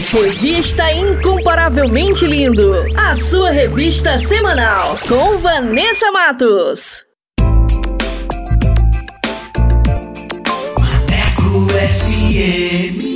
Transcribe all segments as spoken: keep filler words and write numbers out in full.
Revista Incomparavelmente Lindo, a sua revista semanal, com Vanessa Matos. Maneco F M.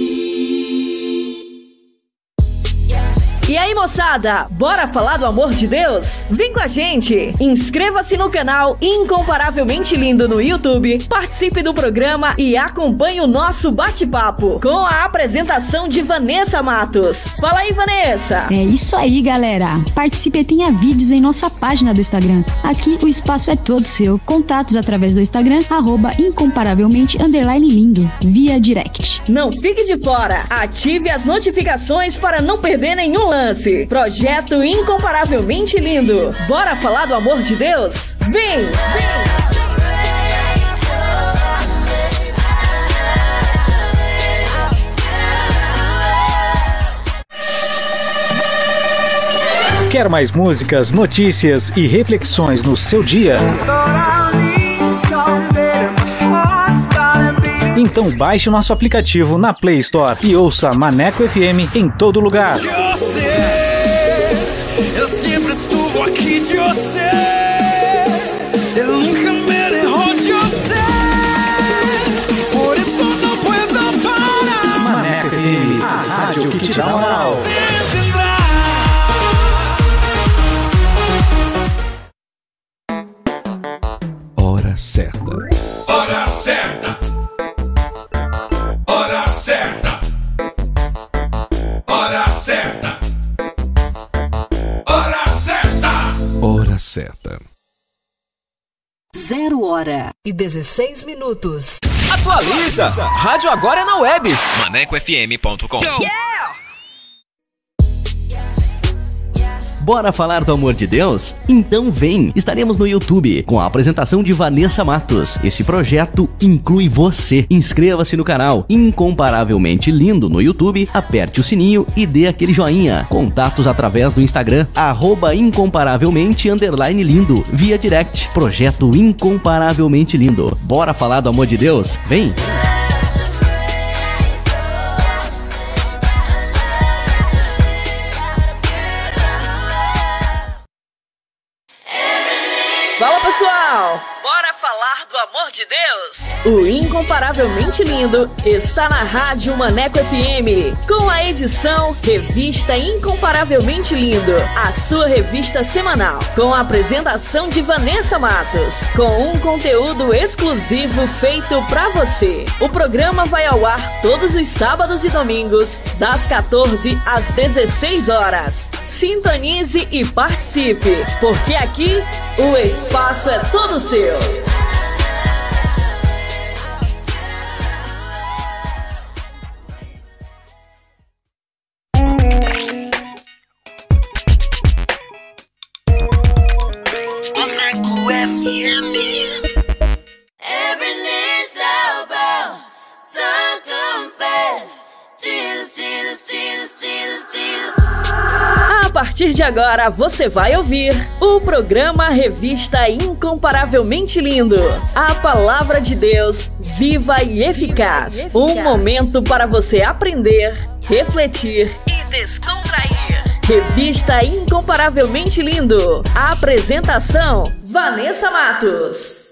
E aí, moçada, bora falar do amor de Deus? Vem com a gente! Inscreva-se no canal Incomparavelmente Lindo no YouTube, participe do programa e acompanhe o nosso bate-papo com a apresentação de Vanessa Matos. Fala aí, Vanessa! É isso aí, galera! Participe e tenha vídeos em nossa página do Instagram. Aqui o espaço é todo seu. Contatos através do Instagram, arroba incomparavelmente underline lindo, via direct. Não fique de fora! Ative as notificações para não perder nenhum lance. Projeto Incomparavelmente Lindo. Bora falar do amor de Deus? Vem! Vem! Quer mais músicas, notícias e reflexões no seu dia? Então baixe nosso aplicativo na Play Store e ouça Maneco F M em todo lugar. Eu sempre estuve aqui de você. Eu nunca me derrou de você. Por isso não puedo parar. Maneco F M, a rádio que te dá moral. Hora certa. Hora certa. Hora certa. Hora certa. Hora certa. Hora certa. Zero hora e dezesseis minutos. Atualiza! Rádio agora é na web. maneco f m ponto com. Bora falar do amor de Deus? Então vem! Estaremos no YouTube com a apresentação de Vanessa Matos. Esse projeto inclui você. Inscreva-se no canal Incomparavelmente Lindo no YouTube, aperte o sininho e dê aquele joinha. Contatos através do Instagram, arroba incomparavelmente underline lindo, via direct. Projeto Incomparavelmente Lindo. Bora falar do amor de Deus? Vem! Fala, pessoal! Bora falar do amor de Deus? O Incomparavelmente Lindo está na Rádio Maneco F M, com a edição Revista Incomparavelmente Lindo, a sua revista semanal, com a apresentação de Vanessa Matos, com um conteúdo exclusivo feito pra você. O programa vai ao ar todos os sábados e domingos, das quatorze às dezesseis horas. Sintonize e participe, porque aqui o espaço é todo seu. Maneco F M. Every knee shall bow, tongue confess, Jesus, Jesus, Jesus, Jesus, Jesus. A partir de agora você vai ouvir o programa Revista Incomparavelmente Lindo. A palavra de Deus viva e eficaz. Um momento para você aprender, refletir e descontrair. Revista Incomparavelmente Lindo. A apresentação: Vanessa Matos.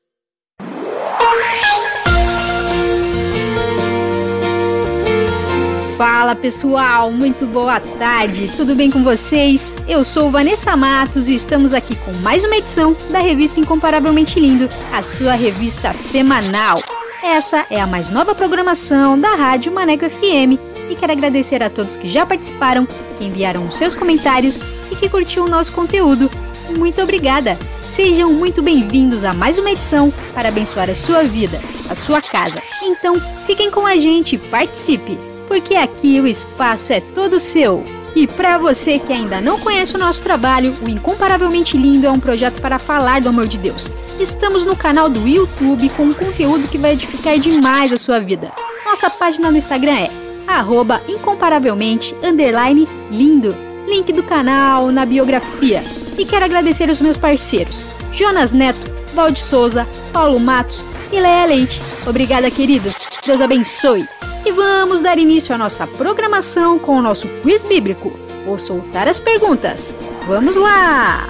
Fala, pessoal, muito boa tarde, tudo bem com vocês? Eu sou Vanessa Matos e estamos aqui com mais uma edição da revista Incomparavelmente Lindo, a sua revista semanal. Essa é a mais nova programação da Rádio Maneco F M e quero agradecer a todos que já participaram, que enviaram os seus comentários e que curtiu o nosso conteúdo. Muito obrigada! Sejam muito bem-vindos a mais uma edição para abençoar a sua vida, a sua casa. Então, fiquem com a gente, participe! Porque aqui o espaço é todo seu. E para você que ainda não conhece o nosso trabalho, o Incomparavelmente Lindo é um projeto para falar do amor de Deus. Estamos no canal do YouTube com um conteúdo que vai edificar demais a sua vida. Nossa página no Instagram é arroba incomparavelmente underline lindo. Link do canal na biografia. E quero agradecer os meus parceiros, Jonas Neto, Valde Souza, Paulo Matos e Leia Leite. Obrigada, queridos. Deus abençoe. E vamos dar início à nossa programação com o nosso quiz bíblico. Vou soltar as perguntas. Vamos lá!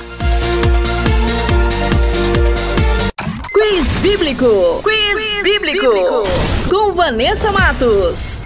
Quiz Bíblico! Quiz, Quiz bíblico. bíblico! Com Vanessa Matos.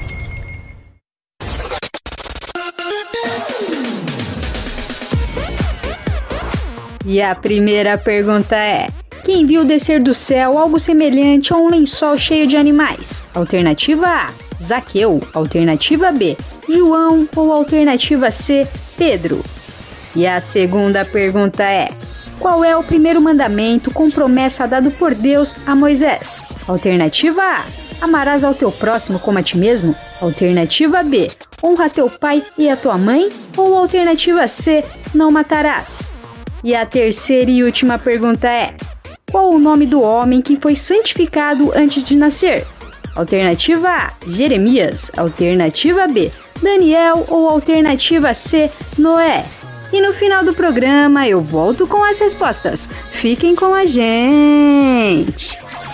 E a primeira pergunta é: quem viu descer do céu algo semelhante a um lençol cheio de animais? Alternativa A, Zaqueu. Alternativa B, João. Ou alternativa C, Pedro? E a segunda pergunta é: qual é o primeiro mandamento com promessa dado por Deus a Moisés? Alternativa A, amarás ao teu próximo como a ti mesmo. Alternativa B, honra teu pai e a tua mãe. Ou alternativa C, não matarás. E a terceira e última pergunta é: qual o nome do homem que foi santificado antes de nascer? Alternativa A, Jeremias. Alternativa B, Daniel. Ou alternativa C, Noé? E no final do programa eu volto com as respostas. Fiquem com a gente!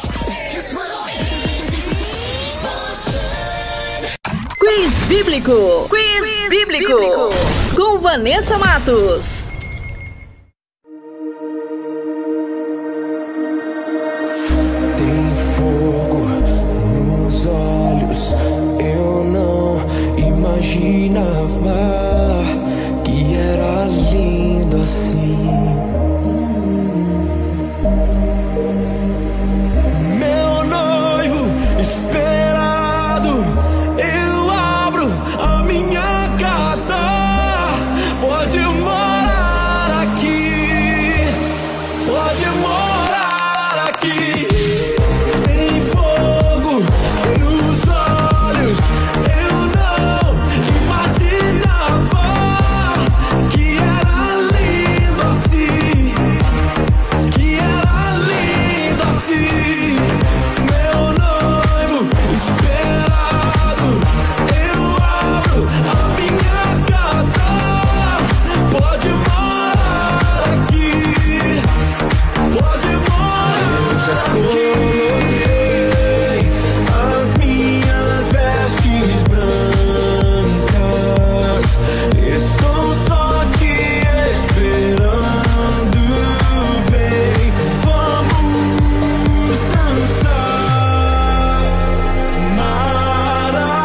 Quiz Bíblico! Quiz, Quiz bíblico. bíblico! Com Vanessa Matos. Tem fogo nos olhos, eu não imaginava que era lindo assim. Meu noivo esperado, eu abro a minha casa. Pode morar aqui, pode morar aqui. Tem fogo nos olhos, eu não imaginava que era lindo assim, que era lindo assim. Meu noivo esperado, eu abro a minha casa. Pode morar aqui, pode morar aqui. As minhas vestes brancas, estou só te esperando. Vem, vamos dançar. Maranata,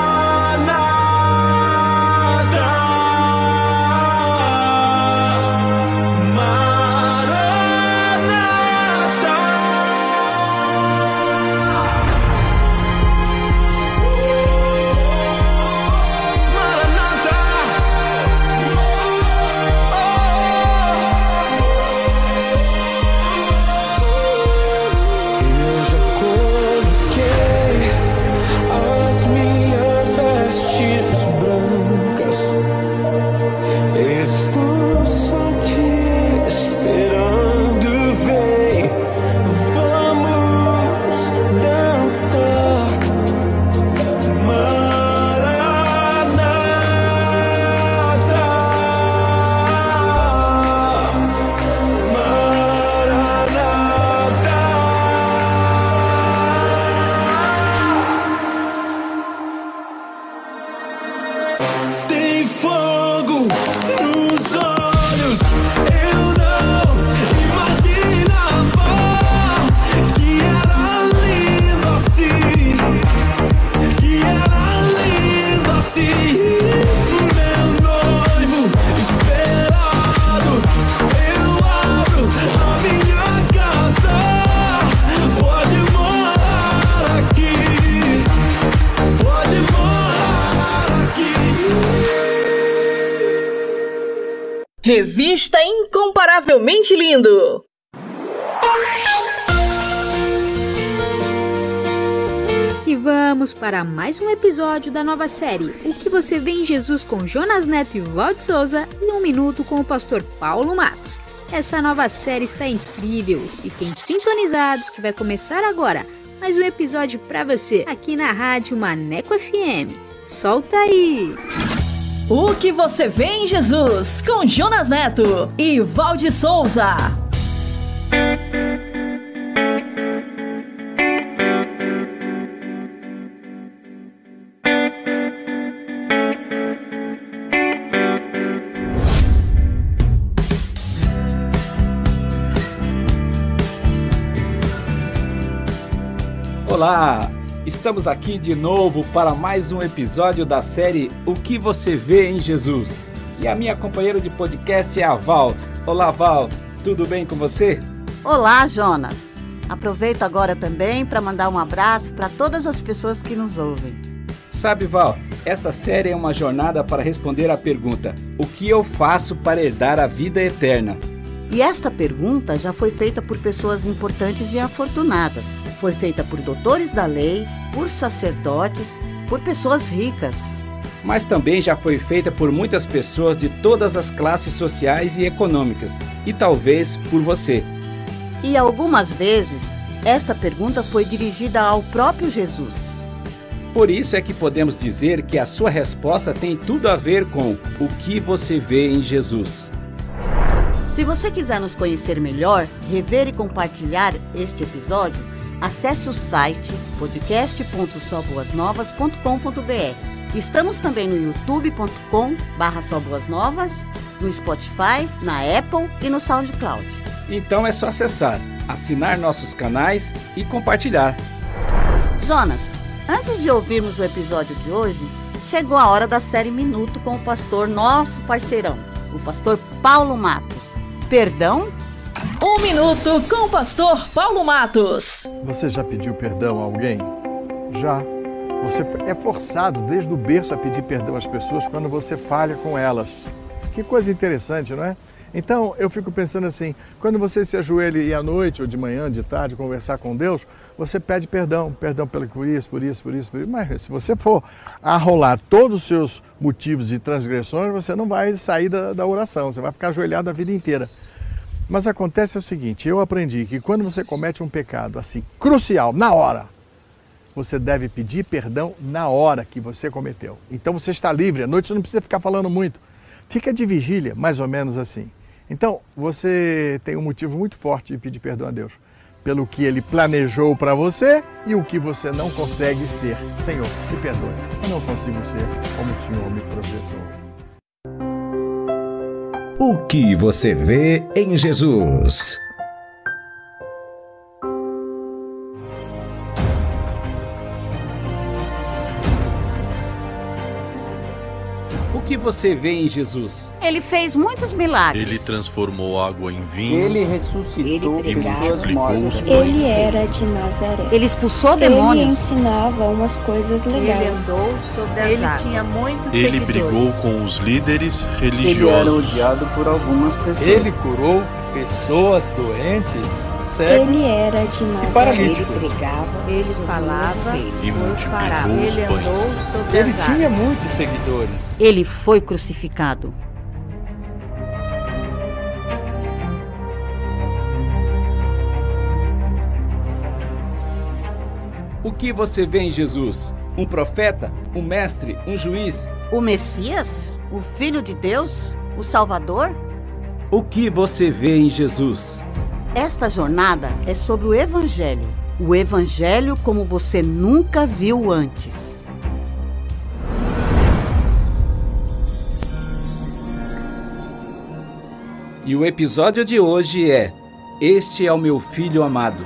eu já coloquei as minhas vestes brancas. Estou só te esperando. Vem, vamos dançar. Tem fogo nos olhos, eu não imaginava que era lindo assim, que era lindo assim. Meu noivo esperado, eu abro a minha casa. Pode morar aqui, pode morar aqui. Revista Incomparavelmente Lindo. E vamos para mais um episódio da nova série O que você vê em Jesus com Jonas Neto e Valde Souza e Um Minuto com o pastor Paulo Matos. Essa nova série está incrível. Fiquem sintonizados que vai começar agora mais um episódio para você aqui na Rádio Maneco F M. Solta aí! O que você vê em Jesus com Jonas Neto e Valde Souza. Olá, estamos aqui de novo para mais um episódio da série O que você vê em Jesus. E a minha companheira de podcast é a Val. Olá, Val, tudo bem com você? Olá, Jonas. Aproveito agora também para mandar um abraço para todas as pessoas que nos ouvem. Sabe, Val, esta série é uma jornada para responder à pergunta: o que eu faço para herdar a vida eterna? E esta pergunta já foi feita por pessoas importantes e afortunadas. Foi feita por doutores da lei, por sacerdotes, por pessoas ricas. Mas também já foi feita por muitas pessoas de todas as classes sociais e econômicas, e talvez por você. E algumas vezes, esta pergunta foi dirigida ao próprio Jesus. Por isso é que podemos dizer que a sua resposta tem tudo a ver com o que você vê em Jesus. Se você quiser nos conhecer melhor, rever e compartilhar este episódio, acesse o site podcast ponto só boas novas ponto com ponto b r. Estamos também no youtube ponto com barra só boas novas, no Spotify, na Apple e no SoundCloud. Então é só acessar, assinar nossos canais e compartilhar. Jonas, antes de ouvirmos o episódio de hoje, chegou a hora da série Minuto com o pastor, nosso parceirão, o pastor Paulo Matos. Perdão? Um minuto com o pastor Paulo Matos. Você já pediu perdão a alguém? Já. Você é forçado desde o berço a pedir perdão às pessoas quando você falha com elas. Que coisa interessante, não é? Então, eu fico pensando assim, quando você se ajoelha e à noite, ou de manhã, de tarde, conversar com Deus, você pede perdão, perdão por isso, por isso, por isso, por isso. Mas se você for arrolar todos os seus motivos e transgressões, você não vai sair da, da oração, você vai ficar ajoelhado a vida inteira. Mas acontece o seguinte, eu aprendi que quando você comete um pecado assim, crucial, na hora, você deve pedir perdão na hora que você cometeu. Então você está livre, à noite você não precisa ficar falando muito. Fica de vigília, mais ou menos assim. Então, você tem um motivo muito forte de pedir perdão a Deus pelo que Ele planejou para você e o que você não consegue ser. Senhor, me perdoe, eu não consigo ser como o Senhor me projetou. O que você vê em Jesus? O que você vê em Jesus? Ele fez muitos milagres. Ele transformou água em vinho. Ele ressuscitou ele pessoas mortas. Ele era de Nazaré. Ele expulsou demônios. Ele ensinava umas coisas legais. Ele andou sobre as Ele águas. Tinha muitos Ele seguidores. brigou com os líderes religiosos. Ele era odiado por algumas pessoas. Ele curou pessoas doentes, cegos ele era de Nazaré. e paralíticos. Ele pregava, ele falava e multiplicou os Ele pães. andou sobre Ele as tinha águas. muitos seguidores. Ele foi crucificado. O que você vê em Jesus? Um profeta? Um mestre? Um juiz? O Messias? O Filho de Deus? O Salvador? O que você vê em Jesus? Esta jornada é sobre o Evangelho. O Evangelho como você nunca viu antes. E o episódio de hoje é Este é o meu filho amado.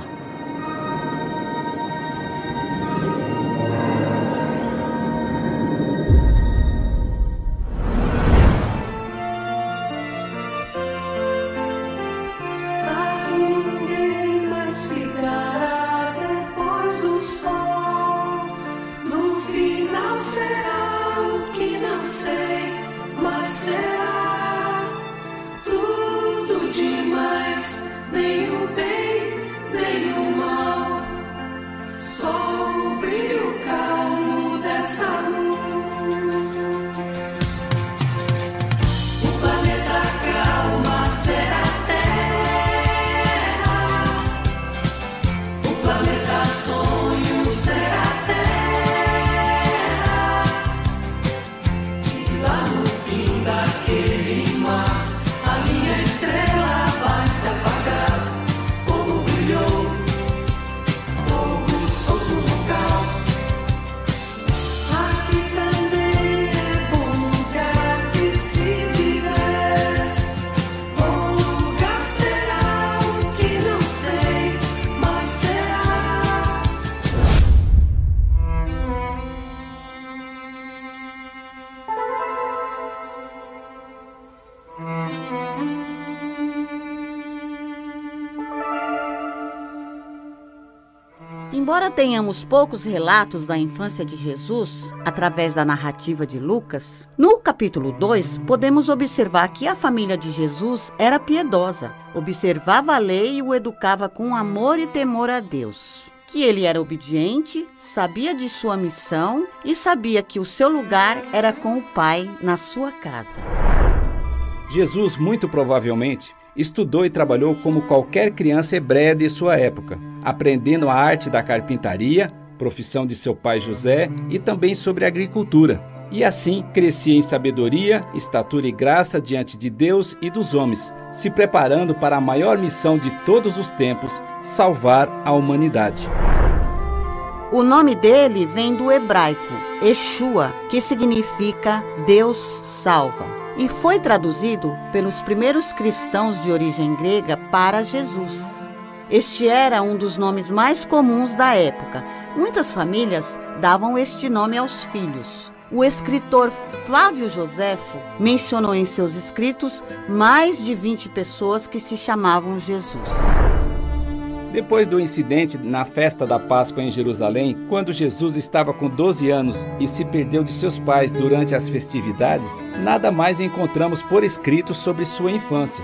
Embora tenhamos poucos relatos da infância de Jesus, através da narrativa de Lucas, no capítulo dois, podemos observar que a família de Jesus era piedosa, observava a lei e o educava com amor e temor a Deus. Que ele era obediente, sabia de sua missão e sabia que o seu lugar era com o Pai na sua casa. Jesus, muito provavelmente, estudou e trabalhou como qualquer criança hebreia de sua época, aprendendo a arte da carpintaria, profissão de seu pai José, e também sobre a agricultura. E assim crescia em sabedoria, estatura e graça diante de Deus e dos homens, se preparando para a maior missão de todos os tempos, salvar a humanidade. O nome dele vem do hebraico, Yeshua, que significa Deus salva, e foi traduzido pelos primeiros cristãos de origem grega para Jesus. Este era um dos nomes mais comuns da época. Muitas famílias davam este nome aos filhos. O escritor Flávio Joséfo mencionou em seus escritos mais de vinte pessoas que se chamavam Jesus. Depois do incidente na festa da Páscoa em Jerusalém, quando Jesus estava com doze anos e se perdeu de seus pais durante as festividades, nada mais encontramos por escrito sobre sua infância.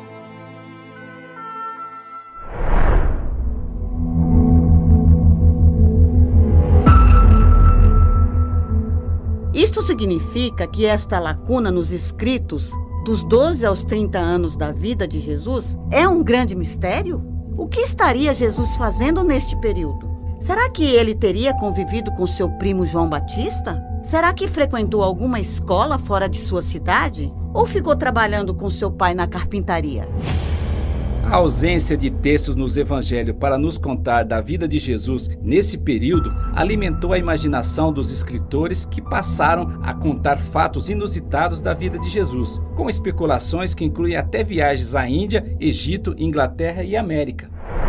Isto significa que esta lacuna nos escritos, dos doze aos trinta anos da vida de Jesus, é um grande mistério? O que estaria Jesus fazendo neste período? Será que ele teria convivido com seu primo João Batista? Será que frequentou alguma escola fora de sua cidade? Ou ficou trabalhando com seu pai na carpintaria? A ausência de textos nos evangelhos para nos contar da vida de Jesus nesse período alimentou a imaginação dos escritores, que passaram a contar fatos inusitados da vida de Jesus, com especulações que incluem até viagens à Índia, Egito, Inglaterra e América.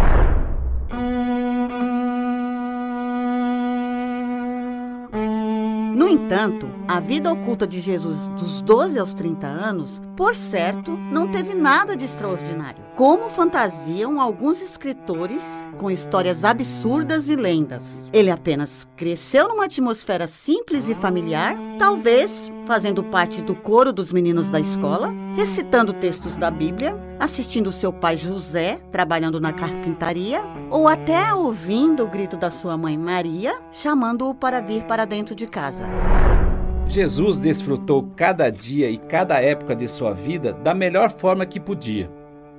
No entanto, a vida oculta de Jesus dos doze aos trinta anos, por certo, não teve nada de extraordinário. Como fantasiam alguns escritores com histórias absurdas e lendas. Ele apenas cresceu numa atmosfera simples e familiar, talvez fazendo parte do coro dos meninos da escola, recitando textos da Bíblia, assistindo seu pai José trabalhando na carpintaria, ou até ouvindo o grito da sua mãe Maria, chamando-o para vir para dentro de casa. Jesus desfrutou cada dia e cada época de sua vida da melhor forma que podia.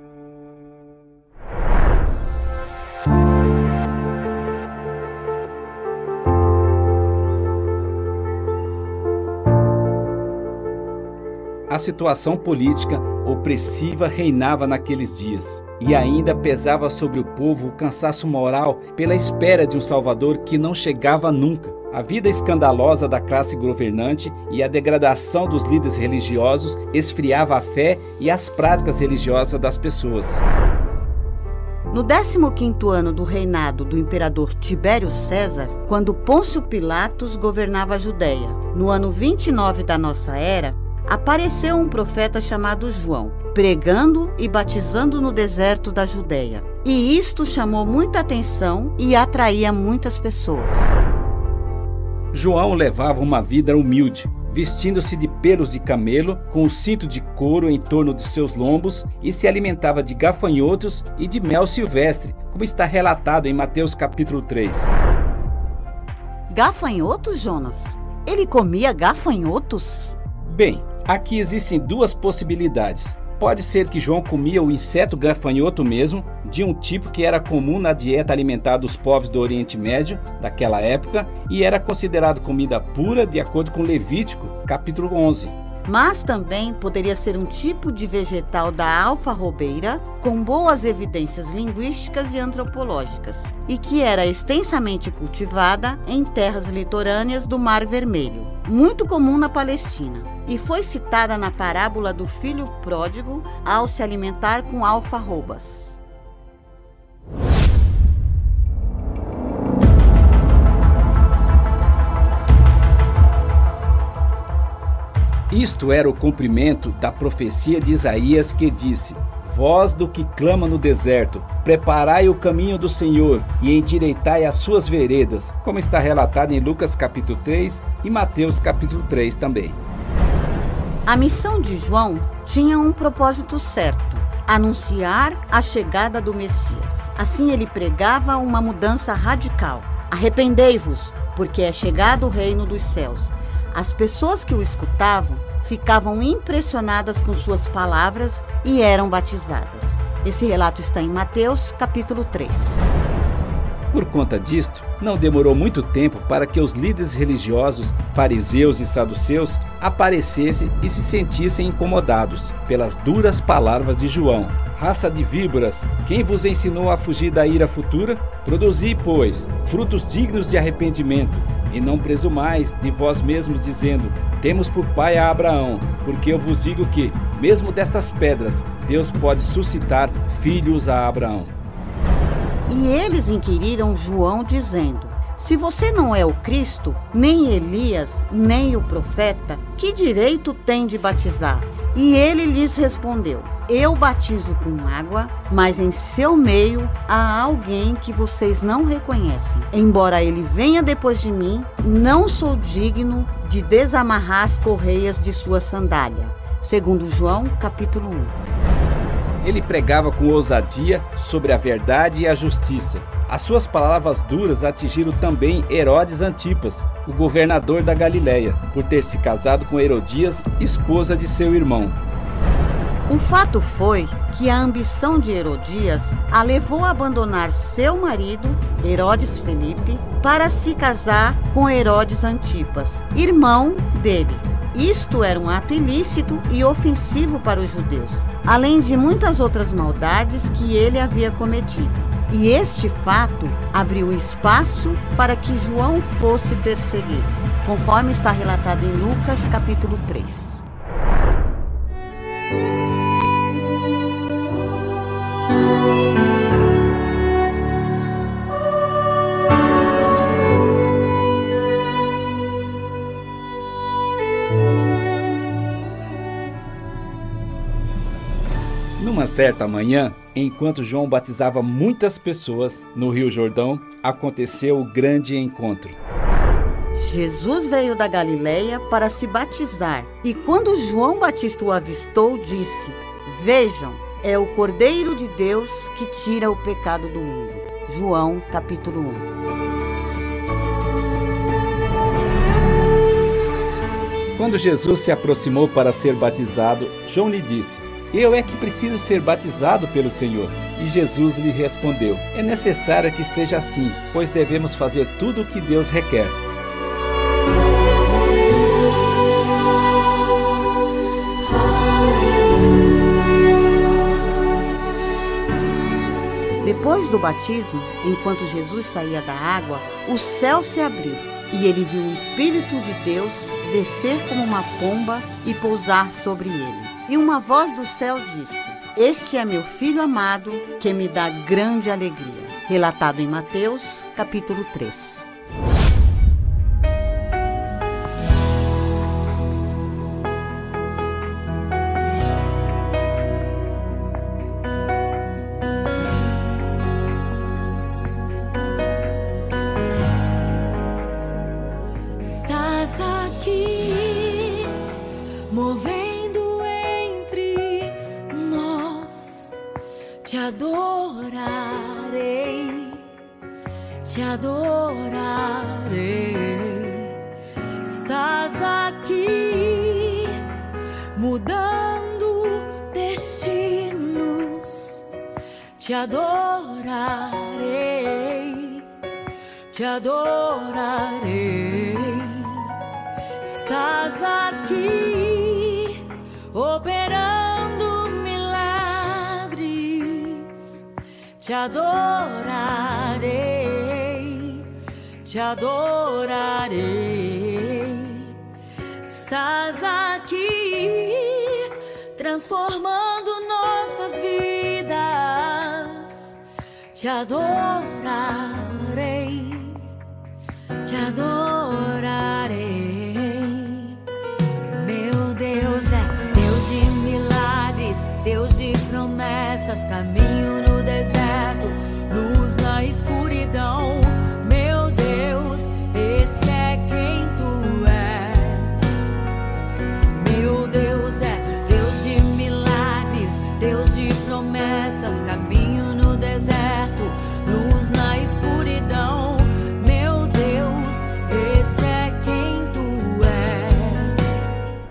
A situação política opressiva reinava naqueles dias, e ainda pesava sobre o povo o cansaço moral pela espera de um Salvador que não chegava nunca. A vida escandalosa da classe governante e a degradação dos líderes religiosos esfriava a fé e as práticas religiosas das pessoas. No décimo quinto ano do reinado do imperador Tibério César, quando Pôncio Pilatos governava a Judéia, no ano vinte e nove da nossa era, apareceu um profeta chamado João, pregando e batizando no deserto da Judéia. E isto chamou muita atenção e atraía muitas pessoas. João levava uma vida humilde, vestindo-se de pelos de camelo, com um cinto de couro em torno de seus lombos, e se alimentava de gafanhotos e de mel silvestre, como está relatado em Mateus capítulo três. Gafanhotos, Jonas? Ele comia gafanhotos? Bem, aqui existem duas possibilidades. Pode ser que João comia o inseto gafanhoto mesmo, de um tipo que era comum na dieta alimentar dos povos do Oriente Médio daquela época, e era considerado comida pura de acordo com Levítico, capítulo onze. Mas também poderia ser um tipo de vegetal da alfarrobeira com boas evidências linguísticas e antropológicas, e que era extensamente cultivada em terras litorâneas do Mar Vermelho, muito comum na Palestina, e foi citada na parábola do filho pródigo ao se alimentar com alfarrobas. Isto era o cumprimento da profecia de Isaías, que disse: voz do que clama no deserto: preparai o caminho do Senhor e endireitai as suas veredas, como está relatado em Lucas capítulo três e Mateus capítulo três também. A missão de João tinha um propósito certo: anunciar a chegada do Messias. Assim ele pregava uma mudança radical: arrependei-vos, porque é chegado o reino dos céus. As pessoas que o escutavam ficavam impressionadas com suas palavras e eram batizadas. Esse relato está em Mateus capítulo três. Por conta disto, não demorou muito tempo para que os líderes religiosos, fariseus e saduceus, aparecessem e se sentissem incomodados pelas duras palavras de João. Raça de víboras, quem vos ensinou a fugir da ira futura? Produzi, pois, frutos dignos de arrependimento, e não presumais de vós mesmos, dizendo: temos por pai a Abraão, porque eu vos digo que, mesmo destas pedras, Deus pode suscitar filhos a Abraão. E eles inquiriram João, dizendo: se você não é o Cristo, nem Elias, nem o profeta, que direito tem de batizar? E ele lhes respondeu: eu batizo com água, mas em seu meio há alguém que vocês não reconhecem. Embora ele venha depois de mim, não sou digno de desamarrar as correias de sua sandália. Segundo João, capítulo um. Ele pregava com ousadia sobre a verdade e a justiça. As suas palavras duras atingiram também Herodes Antipas, o governador da Galileia, por ter se casado com Herodias, esposa de seu irmão. O fato foi que a ambição de Herodias a levou a abandonar seu marido, Herodes Filipe, para se casar com Herodes Antipas, irmão dele. Isto era um ato ilícito e ofensivo para os judeus, além de muitas outras maldades que ele havia cometido. E este fato abriu espaço para que João fosse perseguido, conforme está relatado em Lucas capítulo três. Numa certa manhã, enquanto João batizava muitas pessoas no Rio Jordão, aconteceu o grande encontro. Jesus veio da Galileia para se batizar, e quando João Batista o avistou, disse: vejam, é o Cordeiro de Deus que tira o pecado do mundo. João capítulo um. Quando Jesus se aproximou para ser batizado, João lhe disse: eu é que preciso ser batizado pelo Senhor. E Jesus lhe respondeu: é necessário que seja assim, pois devemos fazer tudo o que Deus requer. Depois do batismo, enquanto Jesus saía da água, o céu se abriu e ele viu o Espírito de Deus descer como uma pomba e pousar sobre ele. E uma voz do céu disse: este é meu filho amado, que me dá grande alegria. Relatado em Mateus, capítulo três. Estás aqui, movendo entre nós. Te adorarei, te adorarei. Estás aqui, mudando destinos. Te adorarei, te adorarei. Estás aqui, operando milagres. Te adorarei, te adorarei. Estás aqui, transformando nossas vidas. Te adorarei, te adorarei. Meu Deus é Deus de milagres, Deus de promessas. caminho no deserto, luz na escuridão. Meu Deus, esse é quem tu és. Meu Deus é Deus de milagres, Deus de promessas, caminho no deserto, luz na escuridão. Meu Deus, esse é quem tu és.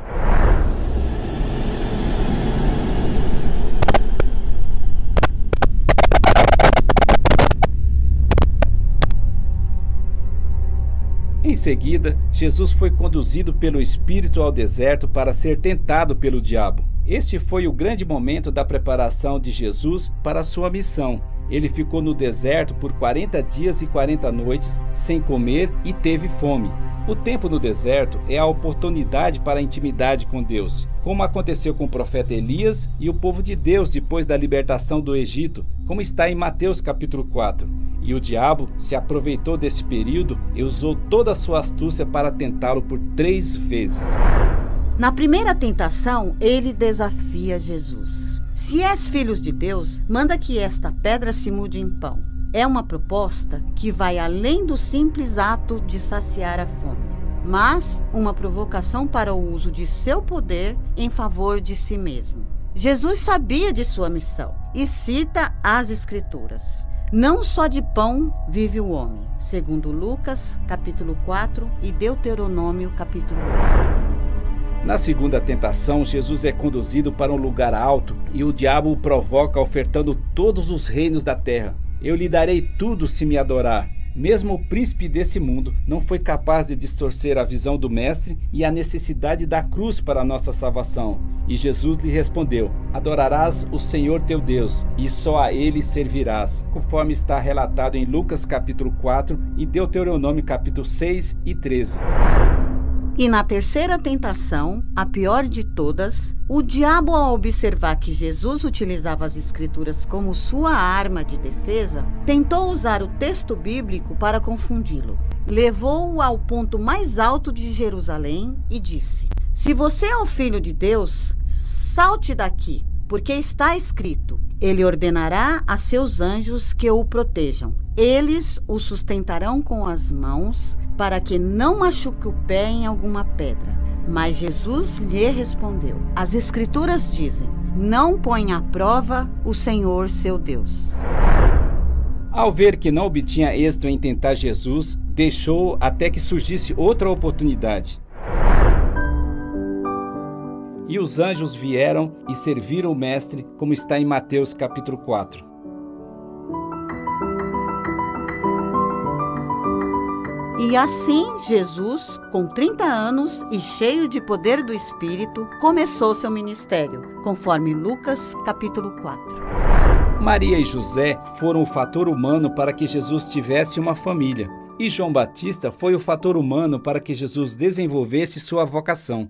Em seguida, Jesus foi conduzido pelo Espírito ao deserto para ser tentado pelo diabo. Este foi o grande momento da preparação de Jesus para a sua missão. Ele ficou no deserto por quarenta dias e quarenta noites, sem comer, e teve fome. O tempo no deserto é a oportunidade para a intimidade com Deus, como aconteceu com o profeta Elias e o povo de Deus depois da libertação do Egito, como está em Mateus capítulo quatro. E o diabo se aproveitou desse período e usou toda a sua astúcia para tentá-lo por três vezes. Na primeira tentação, ele desafia Jesus. Se és filho de Deus, manda que esta pedra se mude em pão. É uma proposta que vai além do simples ato de saciar a fome, mas uma provocação para o uso de seu poder em favor de si mesmo. Jesus sabia de sua missão e cita as Escrituras. Não só de pão vive o homem, segundo Lucas, capítulo quatro, e Deuteronômio, capítulo oito. Na segunda tentação, Jesus é conduzido para um lugar alto e o diabo o provoca ofertando todos os reinos da terra. Eu lhe darei tudo se me adorar. Mesmo o príncipe desse mundo não foi capaz de distorcer a visão do mestre e a necessidade da cruz para a nossa salvação. E Jesus lhe respondeu: adorarás o Senhor teu Deus e só a ele servirás, conforme está relatado em Lucas capítulo quatro e Deuteronômio capítulo seis e treze. E na terceira tentação, a pior de todas, o diabo, ao observar que Jesus utilizava as Escrituras como sua arma de defesa, tentou usar o texto bíblico para confundi-lo. Levou-o ao ponto mais alto de Jerusalém e disse: se você é o Filho de Deus, salte daqui, porque está escrito: ele ordenará a seus anjos que o protejam. Eles o sustentarão com as mãos, para que não machuque o pé em alguma pedra. Mas Jesus lhe respondeu: as Escrituras dizem: não põe à prova o Senhor seu Deus. Ao ver que não obtinha êxito em tentar Jesus, deixou até que surgisse outra oportunidade. E os anjos vieram e serviram o mestre, como está em Mateus capítulo quatro. E assim, Jesus, com trinta anos e cheio de poder do Espírito, começou seu ministério, conforme Lucas capítulo quatro. Maria e José foram o fator humano para que Jesus tivesse uma família. E João Batista foi o fator humano para que Jesus desenvolvesse sua vocação.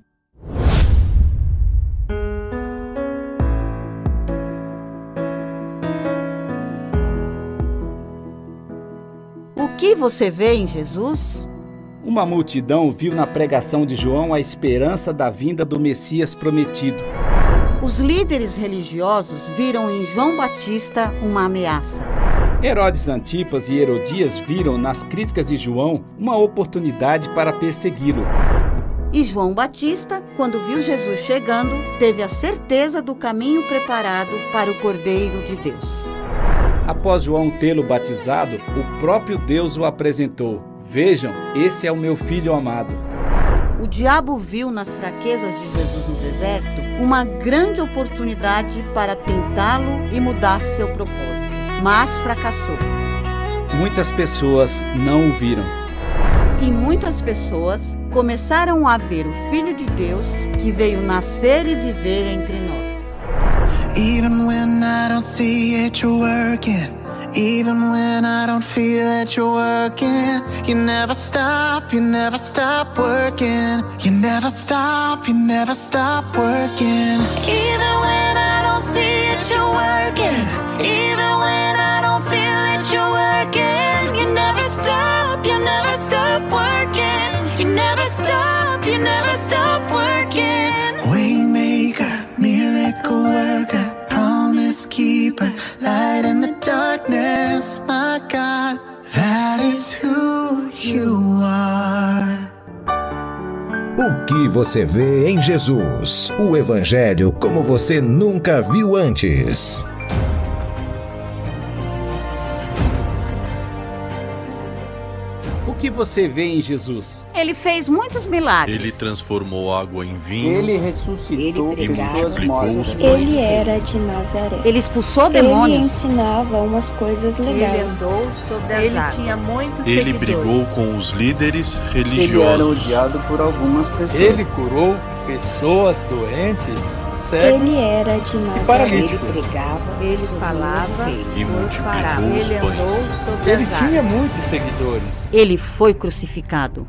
O que você vê em Jesus? Uma multidão viu na pregação de João a esperança da vinda do Messias prometido. Os líderes religiosos viram em João Batista uma ameaça. Herodes Antipas e Herodias viram nas críticas de João uma oportunidade para persegui-lo. E João Batista, quando viu Jesus chegando, teve a certeza do caminho preparado para o Cordeiro de Deus. Após João tê-lo batizado, o próprio Deus o apresentou. Vejam, esse é o meu filho amado. O diabo viu nas fraquezas de Jesus no deserto uma grande oportunidade para tentá-lo e mudar seu propósito, mas fracassou. Muitas pessoas não o viram. E muitas pessoas começaram a ver o Filho de Deus que veio nascer e viver entre nós. Even when I don't see it, you're working. Even when I don't feel that you're working. You never stop, you never stop working. You never stop, you never stop working. Even when I don't see it, you're working. Even when I don't feel it, you're working. You never stop, you never stop working. You never stop, you never stop working. Waymaker, miracle worker, promise keeper, que você vê em Jesus? O Evangelho como você nunca viu antes. O que você vê em Jesus? Ele fez muitos milagres. Ele transformou água em vinho. Ele ressuscitou Ele pessoas multiplicou mortas. os pães. Ele era de Nazaré. Ele expulsou demônios. Ele ensinava umas coisas legais. Ele andou sobre as Ele águas. Tinha muitos Ele seguidores. brigou com os líderes religiosos. Ele era odiado por algumas pessoas. Ele curou pessoas doentes, cegos Ele era de Nazaré. e paralíticos. Ele pregava, ele falava E multiplicou os Ele andou pães. sobre Ele as tinha águas. muitos seguidores. Ele foi crucificado.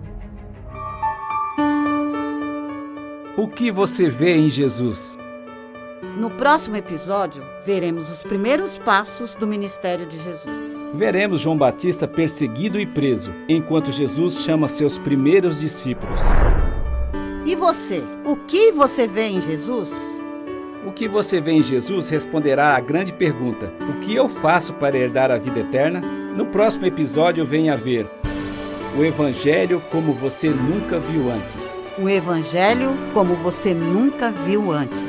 O que você vê em Jesus? No próximo episódio, veremos os primeiros passos do ministério de Jesus. Veremos João Batista perseguido e preso, enquanto Jesus chama seus primeiros discípulos. E você? O que você vê em Jesus? O que você vê em Jesus responderá à grande pergunta: o que eu faço para herdar a vida eterna? No próximo episódio venha ver o Evangelho como você nunca viu antes. O Evangelho como você nunca viu antes.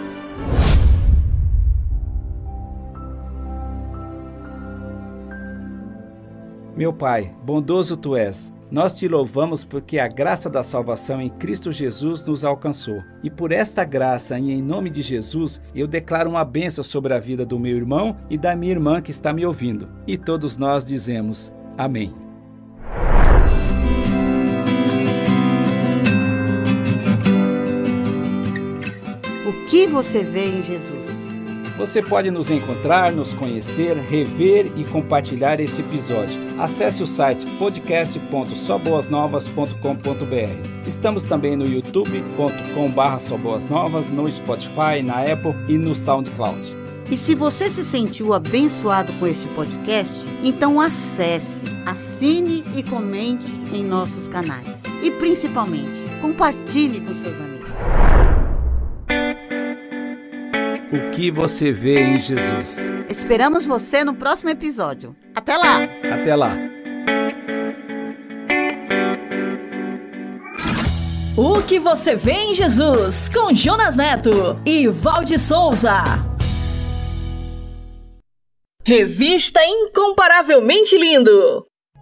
Meu Pai, bondoso Tu és. Nós te louvamos porque a graça da salvação em Cristo Jesus nos alcançou. E por esta graça e em nome de Jesus, eu declaro uma bênção sobre a vida do meu irmão e da minha irmã que está me ouvindo. E todos nós dizemos amém. O que você vê em Jesus? Você pode nos encontrar, nos conhecer, rever e compartilhar esse episódio. Acesse o site podcast ponto só boas novas ponto com ponto b r. Estamos também no youtube ponto com barra só boas novas, no Spotify, na Apple e no SoundCloud. E se você se sentiu abençoado com este podcast, então acesse, assine e comente em nossos canais. E principalmente, compartilhe com seus amigos. O que você vê em Jesus? Esperamos você no próximo episódio. Até lá! Até lá! O que você vê em Jesus? Com Jonas Neto e Valde Souza. Revista Incomparavelmente Lindo.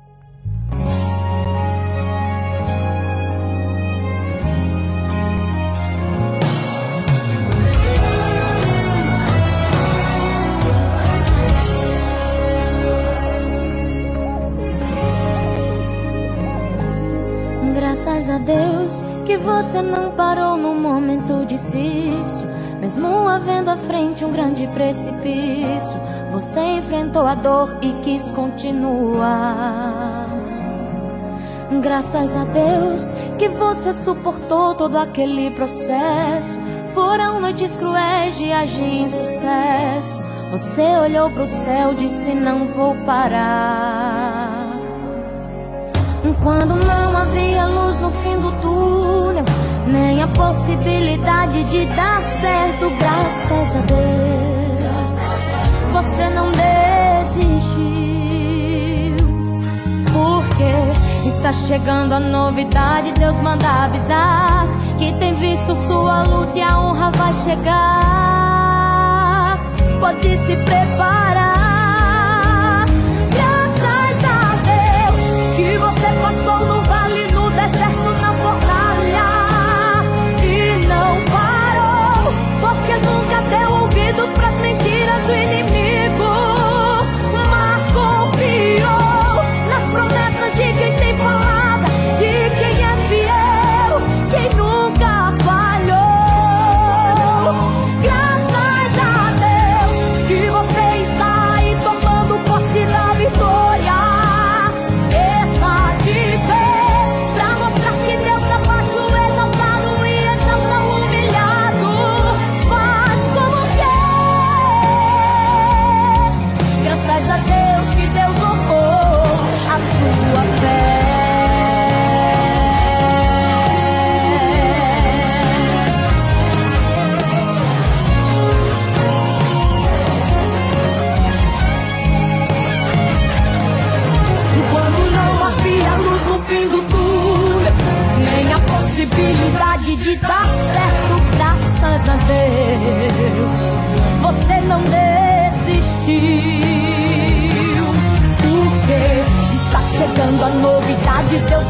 Graças a Deus que você não parou num momento difícil. Mesmo havendo à frente um grande precipício, você enfrentou a dor e quis continuar. Graças a Deus que você suportou todo aquele processo. Foram noites cruéis de agir em sucesso. Você olhou pro céu e disse: não vou parar. Quando não havia luz no fim do túnel, nem a possibilidade de dar certo, graças a Deus, você não desistiu. Porque está chegando a novidade, Deus manda avisar que tem visto sua luta e a honra vai chegar. Pode se preparar. Que você passou no vale, no deserto, na fornalha e não parou, porque nunca deu ouvidos pras mentiras do inimigo, mas confiou nas promessas de quem tem palavra, de quem é fiel, quem nunca falhou.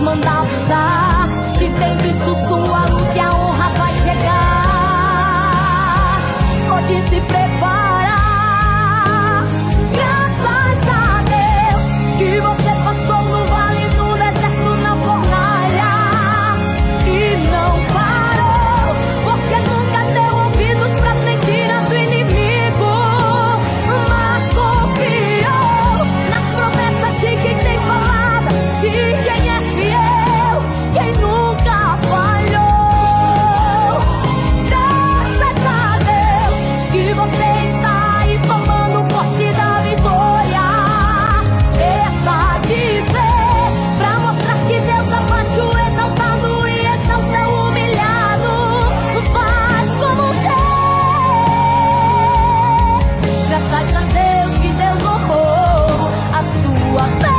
manda avisar que tem visto sua luta e a honra vai chegar. Pode se preparar. Graças a Deus que você passou no vale, no deserto, na fornalha e não parou, porque nunca deu ouvidos pras mentiras do inimigo, mas confiou nas promessas de quem tem palavra, de quem é fiel, quem nunca falhou. Graças a Deus que você está aí tomando posse da vitória. Essa de ver, pra mostrar que Deus abate o exaltado e exalta o humilhado. Faz como quer. Graças a Deus que Deus honrou a sua fé.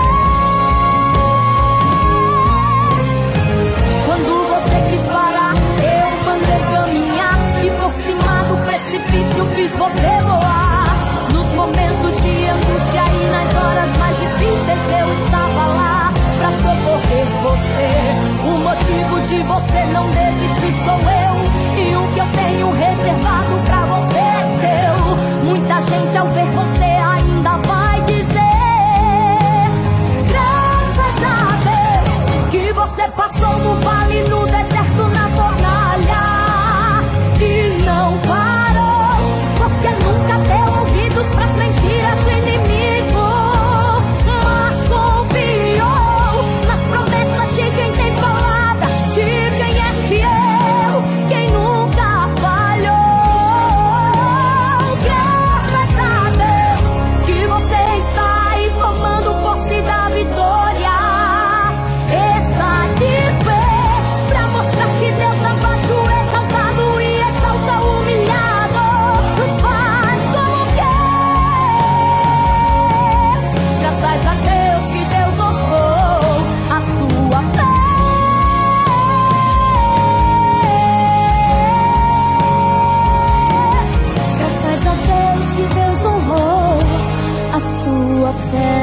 Quando você quis parar, eu mandei caminhar, e por cima do precipício fiz você voar. Nos momentos de angústia e nas horas mais difíceis eu estava lá pra socorrer você. O motivo de você não desistir sou eu, e o que eu tenho reservado pra você é seu. Muita gente ao ver você ainda vai dizer: graças a Deus que você passou no vale, no deserto, na fornalha e não parou, porque nunca deu ouvidos pras mentiras do inimigo, mas confiou nas promessas de quem tem palavra, de quem é fiel, quem nunca falhou. Graças a Deus que você está aí tomando posse da vitória. Está de pé pra mostrar que Deus abate o exaltado e exalta o humilhado. Faz como quer. Graças a Deus que Deus honrou a sua fé. Graças a Deus que Deus honrou a sua fé.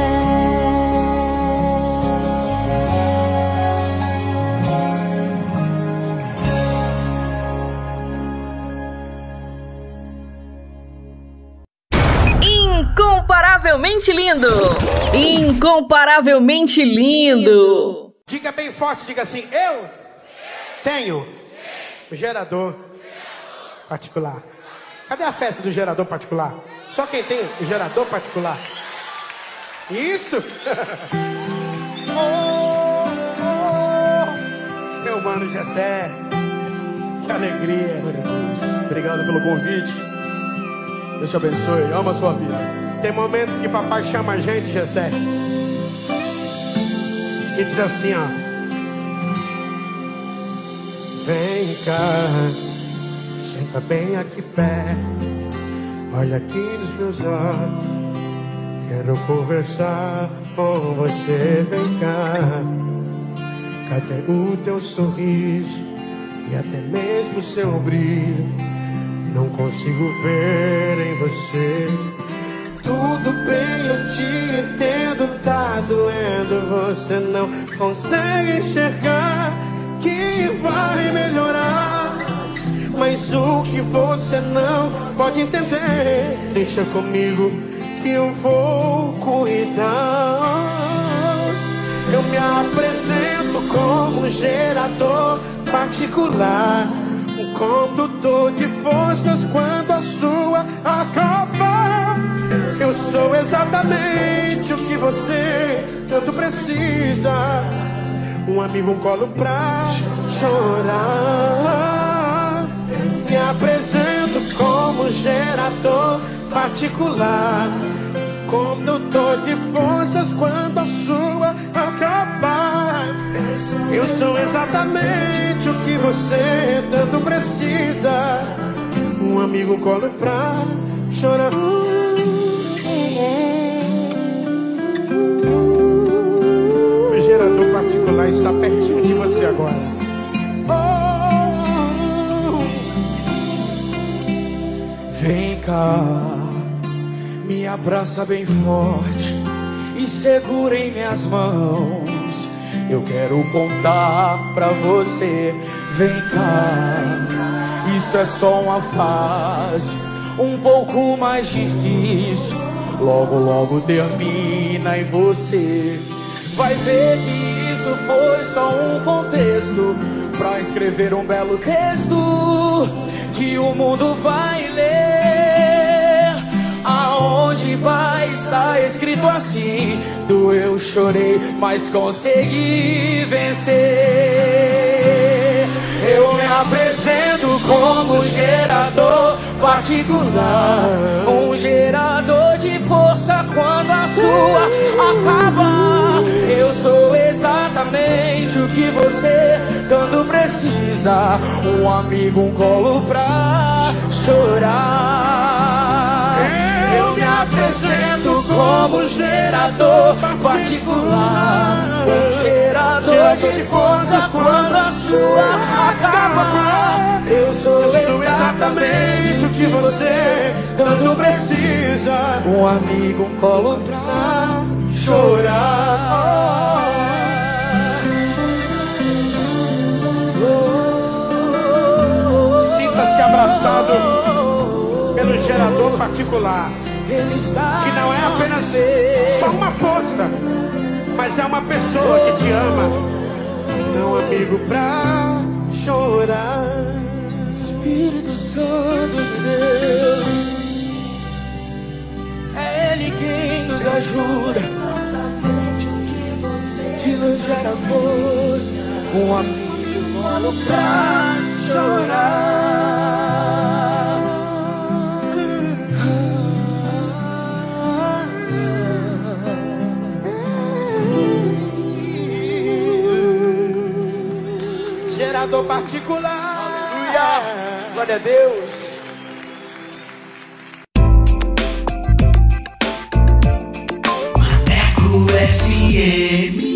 Incomparavelmente lindo! Incomparavelmente lindo! Diga bem forte, diga assim: eu tenho o gerador particular. Cadê a festa do gerador particular? Só quem tem o gerador particular. Isso! Oh, oh, meu mano Jessé, que alegria, meu Deus. Obrigado pelo convite. Deus te abençoe, ama a sua vida. Tem momento que papai chama a gente, Jessé, e diz assim, ó: vem cá, senta bem aqui perto, olha aqui nos meus olhos, quero conversar com você. Vem cá, cadê o teu sorriso e até mesmo o seu brilho? Não consigo ver em você. Tudo bem, eu te entendo, tá doendo, você não consegue enxergar que vai melhorar. Mas o que você não pode entender, deixa comigo que eu vou cuidar. Eu me apresento como um gerador particular, um condutor de forças quando a sua acabar. Eu sou exatamente o que você tanto precisa, um amigo, um colo pra chorar. Me apresento como gerador particular, condutor de forças quando a sua acabar. Eu sou exatamente o que você tanto precisa, um amigo, um colo pra chorar. O gerador particular está pertinho de você agora. Vem cá, me abraça bem forte e segura em minhas mãos. eu quero contar pra você. Vem cá, isso é só uma fase um pouco mais difícil. Logo, logo termina e você vai ver que isso foi só um contexto pra escrever um belo texto que o mundo vai ler. Aonde vai estar escrito assim: doeu, chorei, mas consegui vencer. Eu me apresento como gerador particular, um gerador de força quando a sua acaba. Eu sou exatamente o que você tanto precisa, um amigo, um colo pra chorar. Eu me apresento como gerador particular, um gerador de forças quando a sua acaba. Eu sou exatamente o que você tanto precisa, um amigo, um colo pra chorar. Sinta-se abraçado pelo gerador particular, que não é apenas só uma força, mas é uma pessoa que te ama, não um amigo pra chorar. Espírito Santo de Deus, é Ele quem nos ajuda, que nos gera força, um amigo, um colo pra chorar. Gerador particular. Aleluia, glória a Deus. Maneco F M.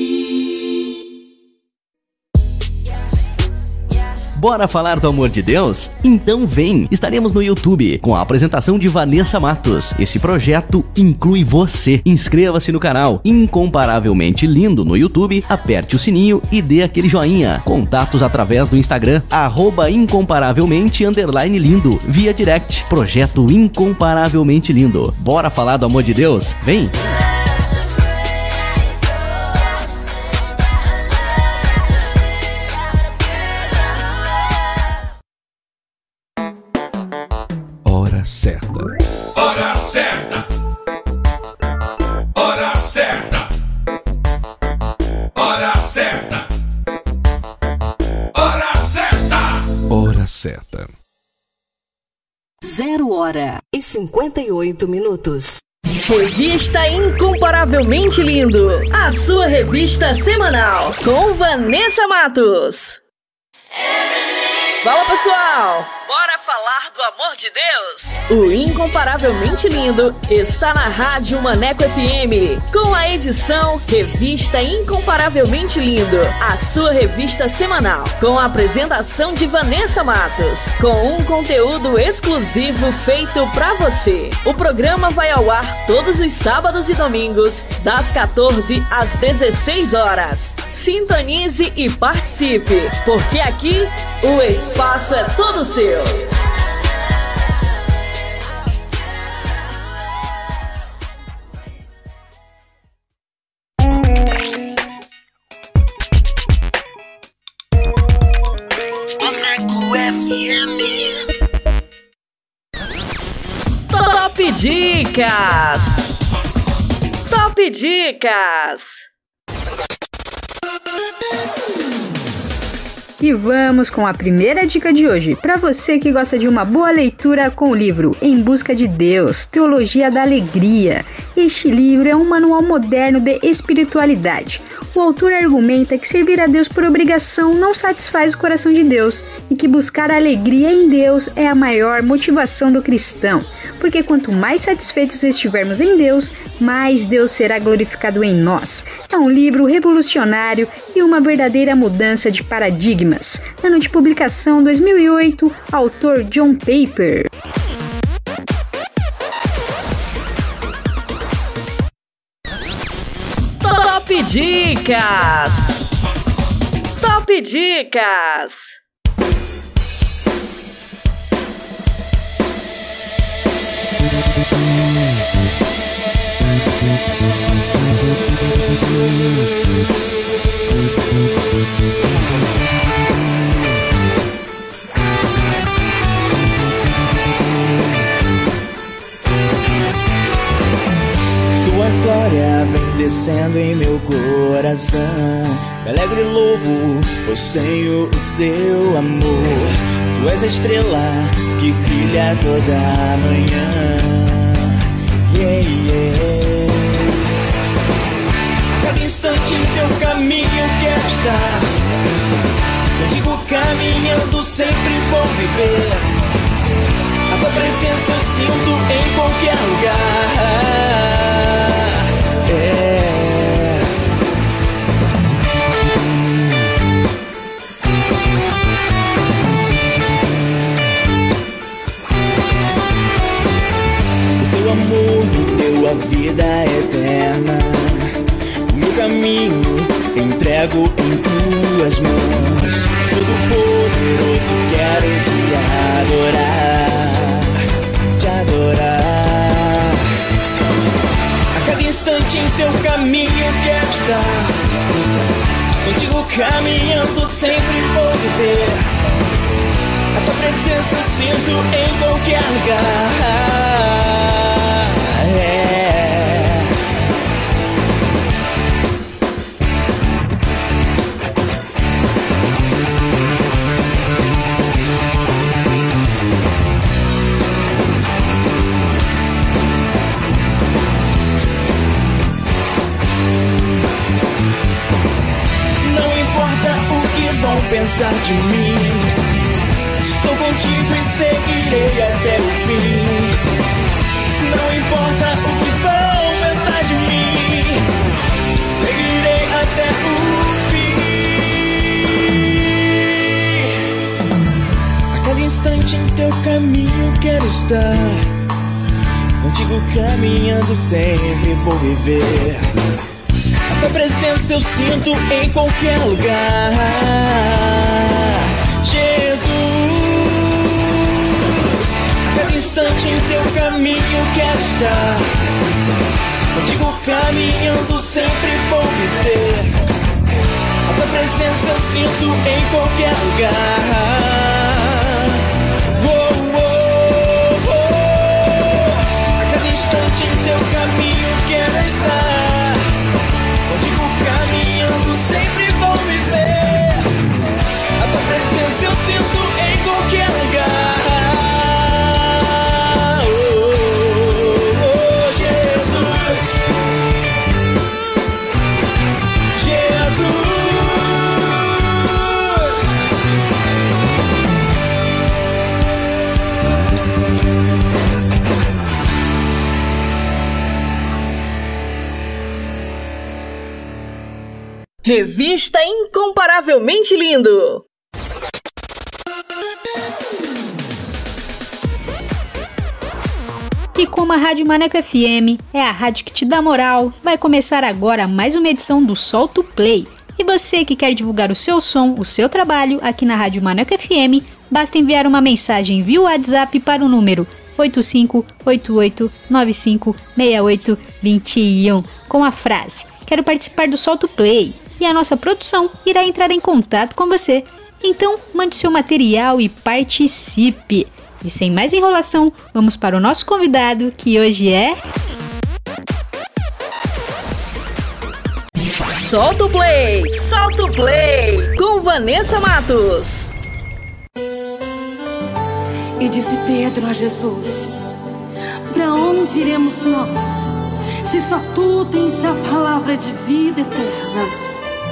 Bora falar do amor de Deus? Então vem! Estaremos no YouTube com a apresentação de Vanessa Matos. Esse projeto inclui você. Inscreva-se no canal Incomparavelmente Lindo no YouTube, aperte o sininho e dê aquele joinha. Contatos através do Instagram, arroba incomparavelmente underline lindo, via direct. Projeto Incomparavelmente Lindo. Bora falar do amor de Deus? Vem! Hora certa. Hora certa. Hora certa. Hora certa. Hora certa. Hora certa. Zero hora e cinquenta e oito minutos. Revista Incomparavelmente Lindo, a sua revista semanal com Vanessa Matos. Fala, pessoal! Bora falar do amor de Deus? O Incomparavelmente Lindo está na Rádio Maneco F M, com a edição Revista Incomparavelmente Lindo, a sua revista semanal, com a apresentação de Vanessa Matos, com um conteúdo exclusivo feito pra você. O programa vai ao ar todos os sábados e domingos, das quatorze às dezesseis horas. Sintonize e participe, porque aqui o espaço é todo seu. Maneco F M. Top Dicas! Top Dicas! E vamos com a primeira dica de hoje, para você que gosta de uma boa leitura com o livro Em Busca de Deus, Teologia da Alegria. Este livro é um manual moderno de espiritualidade. O autor argumenta que servir a Deus por obrigação não satisfaz o coração de Deus e que buscar a alegria em Deus é a maior motivação do cristão, porque quanto mais satisfeitos estivermos em Deus, mais Deus será glorificado em nós. É um livro revolucionário e uma verdadeira mudança de paradigmas. Ano de publicação dois mil e oito, autor John Piper. Top Dicas! Top Dicas! Tua glória vem descendo em meu coração. Me alegro e louvo, ó Senhor, o seu amor. Tu és a estrela que brilha toda manhã. Yeah, yeah. A cada instante em teu caminho eu quero estar. Contigo caminhando sempre vou viver. A tua presença eu sinto em qualquer lugar. É. O teu amor me deu a vida eterna. O meu caminho entrego em tuas mãos. Todo poderoso quero te adorar, te adorar. A cada instante em teu caminho eu quero estar. Contigo caminhando sempre vou viver. A tua presença eu sinto em qualquer lugar. É. Vão pensar de mim. Estou contigo e seguirei até o fim. Não importa o que vão pensar de mim, seguirei até o fim. A cada instante em teu caminho quero estar. Contigo caminhando sempre vou viver. A tua presença eu sinto em qualquer lugar. Jesus, a cada instante em teu caminho eu quero estar. Contigo caminhando sempre vou viver. A tua presença eu sinto em qualquer lugar. Oh, oh, oh. A cada instante em teu caminho eu quero estar. Contigo caminhando sempre vou viver. A tua presença eu sinto em qualquer lugar. Oh, oh, oh, Jesus, Jesus. Revista Incomparavelmente Lindo. E como a Rádio Maneco F M é a rádio que te dá moral, vai começar agora mais uma edição do Solta o Play. E você que quer divulgar o seu som, o seu trabalho aqui na Rádio Maneco F M, basta enviar uma mensagem via WhatsApp para o número oito cinco oito oito nove cinco seis oito dois um com a frase "Quero participar do Solta o Play", e a nossa produção irá entrar em contato com você. Então, mande seu material e participe. E sem mais enrolação, vamos para o nosso convidado, que hoje é... Solta o Play! Solta o Play! Com Vanessa Matos. E disse Pedro a Jesus: para onde iremos nós, se só tu tens a palavra de vida eterna?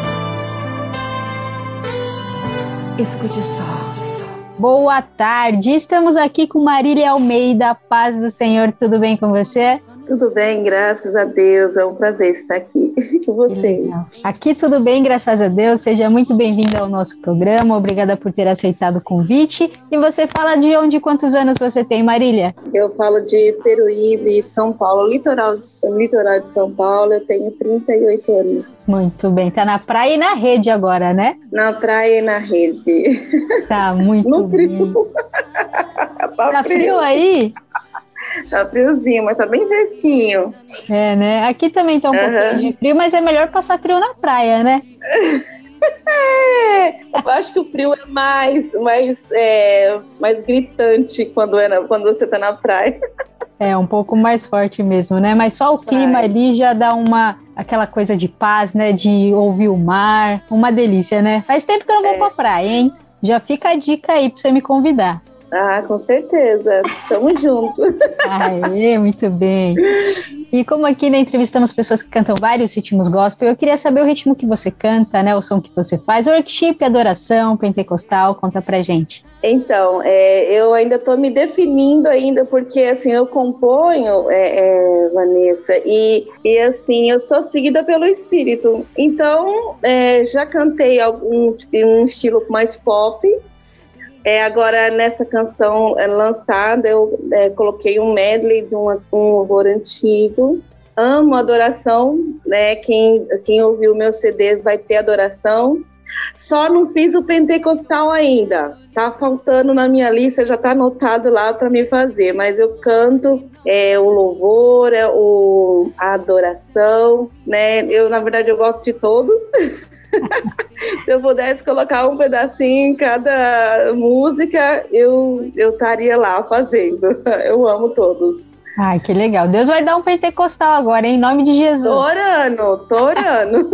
Escute só. Boa tarde, estamos aqui com Marília Almeida. Paz do Senhor, tudo bem com você? Tudo bem, graças a Deus. É um prazer estar aqui com vocês. Aqui tudo bem, graças a Deus. Seja muito bem-vinda ao nosso programa. Obrigada por ter aceitado o convite. E você fala de onde e quantos anos você tem, Marília? Eu falo de Peruíbe, São Paulo, litoral, litoral de São Paulo. Eu tenho trinta e oito anos. Muito bem. Tá na praia e na rede agora, né? Na praia e na rede. Tá muito no bem. Tá, tá frio aí? Tá friozinho, mas tá bem fresquinho. É, né? Aqui também tá um uhum. pouquinho de frio, mas é melhor passar frio na praia, né? É, eu acho que o frio é mais, mais, é, mais gritante quando, é na, quando você tá na praia. É, um pouco mais forte mesmo, né? Mas só o clima Vai. ali já dá uma, aquela coisa de paz, né? De ouvir o mar, uma delícia, né? Faz tempo que eu não vou é. pra praia, hein? Já fica a dica aí pra você me convidar. Ah, com certeza. Tamo junto. Aê, muito bem. E como aqui, né, entrevistamos pessoas que cantam vários ritmos gospel, eu queria saber o ritmo que você canta, né, o som que você faz, worship, adoração, pentecostal, conta pra gente. Então, é, eu ainda tô me definindo ainda, porque, assim, eu componho, é, é, Vanessa, e, e, assim, eu sou seguida pelo Espírito. Então, é, já cantei algum tipo, um estilo mais pop. É, agora, nessa canção é, lançada, eu é, coloquei um medley de uma, um louvor antigo. Amo adoração, né? Quem, quem ouviu o meu C D vai ter adoração. Só não fiz o pentecostal ainda. Tá faltando na minha lista, já tá anotado lá para me fazer. Mas eu canto é, o louvor, é, o, a adoração, né? Eu, na verdade, eu gosto de todos. Se eu pudesse colocar um pedacinho em cada música, eu eu estaria lá fazendo. Eu amo todos. Ai, que legal. Deus vai dar um pentecostal agora, hein? Em nome de Jesus. Tô orando, tô orando.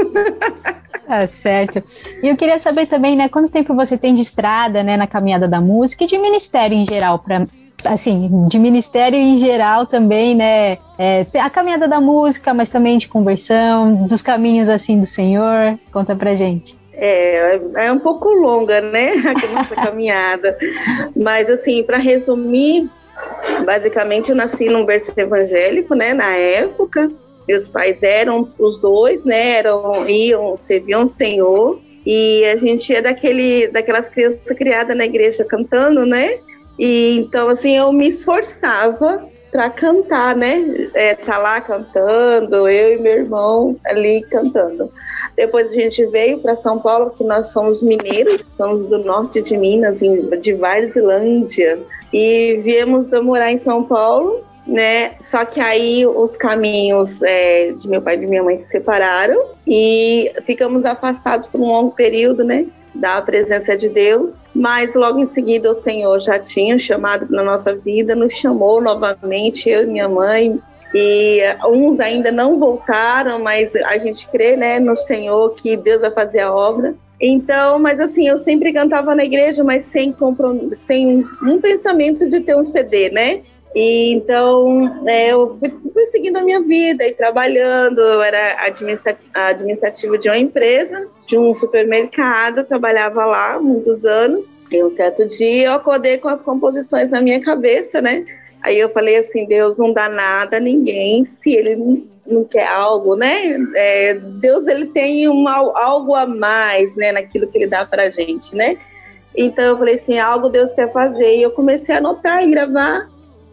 Tá certo. E eu queria saber também, né, quanto tempo você tem de estrada, né, na caminhada da música e de ministério em geral, pra, assim, de ministério em geral também, né, é, a caminhada da música, mas também de conversão, dos caminhos, assim, do Senhor. Conta pra gente. É, é um pouco longa, né, a nossa caminhada. Mas, assim, para resumir, basicamente eu nasci num berço evangélico, né, na época. Meus pais eram os dois, né, eram, iam, serviam o Senhor, e a gente é daquele, daquelas crianças criadas na igreja cantando, né, e então, assim, eu me esforçava para cantar, né, é, tá lá cantando, eu e meu irmão ali cantando. Depois a gente veio para São Paulo, que nós somos mineiros, somos do norte de Minas, de Varzilândia, e viemos a morar em São Paulo, né? Só que aí os caminhos é, de meu pai e de minha mãe se separaram e ficamos afastados por um longo período, né, da presença de Deus, mas logo em seguida o Senhor já tinha chamado na nossa vida, nos chamou novamente, eu e minha mãe, e uns ainda não voltaram, mas a gente crê, né, no Senhor, que Deus vai fazer a obra. Então, mas assim, eu sempre cantava na igreja, mas sem, comprom- sem um pensamento de ter um C D, né? E, então, é, eu fui, fui seguindo a minha vida e trabalhando. Eu era administra- administrativa de uma empresa, de um supermercado, trabalhava lá há muitos anos. E um certo dia eu acordei com as composições na minha cabeça, né? Aí eu falei assim, Deus não dá nada a ninguém se ele não, não quer algo, né? É, Deus, ele tem uma, algo a mais, né, naquilo que ele dá pra gente, né? Então eu falei assim, algo Deus quer fazer. E eu comecei a anotar e gravar.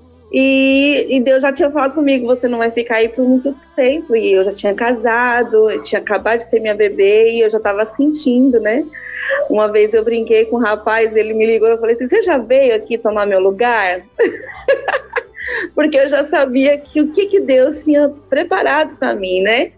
E, e Deus já tinha falado comigo, você não vai ficar aí por muito tempo. E eu já tinha casado, eu tinha acabado de ter minha bebê e eu já estava sentindo, né? Uma vez eu brinquei com um rapaz, ele me ligou e eu falei assim, você já veio aqui tomar meu lugar? Porque eu já sabia que o que, que Deus tinha preparado para mim, né?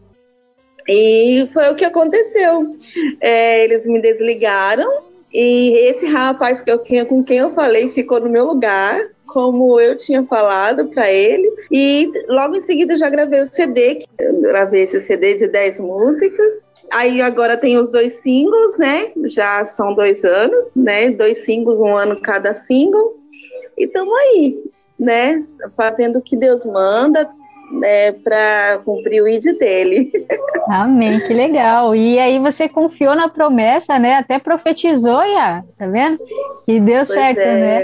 E foi o que aconteceu. É, eles me desligaram e esse rapaz que eu tinha, com quem eu falei ficou no meu lugar, como eu tinha falado para ele, e logo em seguida eu já gravei o C D, eu gravei esse C D de dez músicas, aí agora tem os dois singles, né, já são dois anos, né, dois singles, um ano cada single, e estamos aí, né, fazendo o que Deus manda, né, para cumprir o I D dele. Amém, que legal. E aí você confiou na promessa, né, até profetizou, Iá, tá vendo? E deu Pois certo, é. né?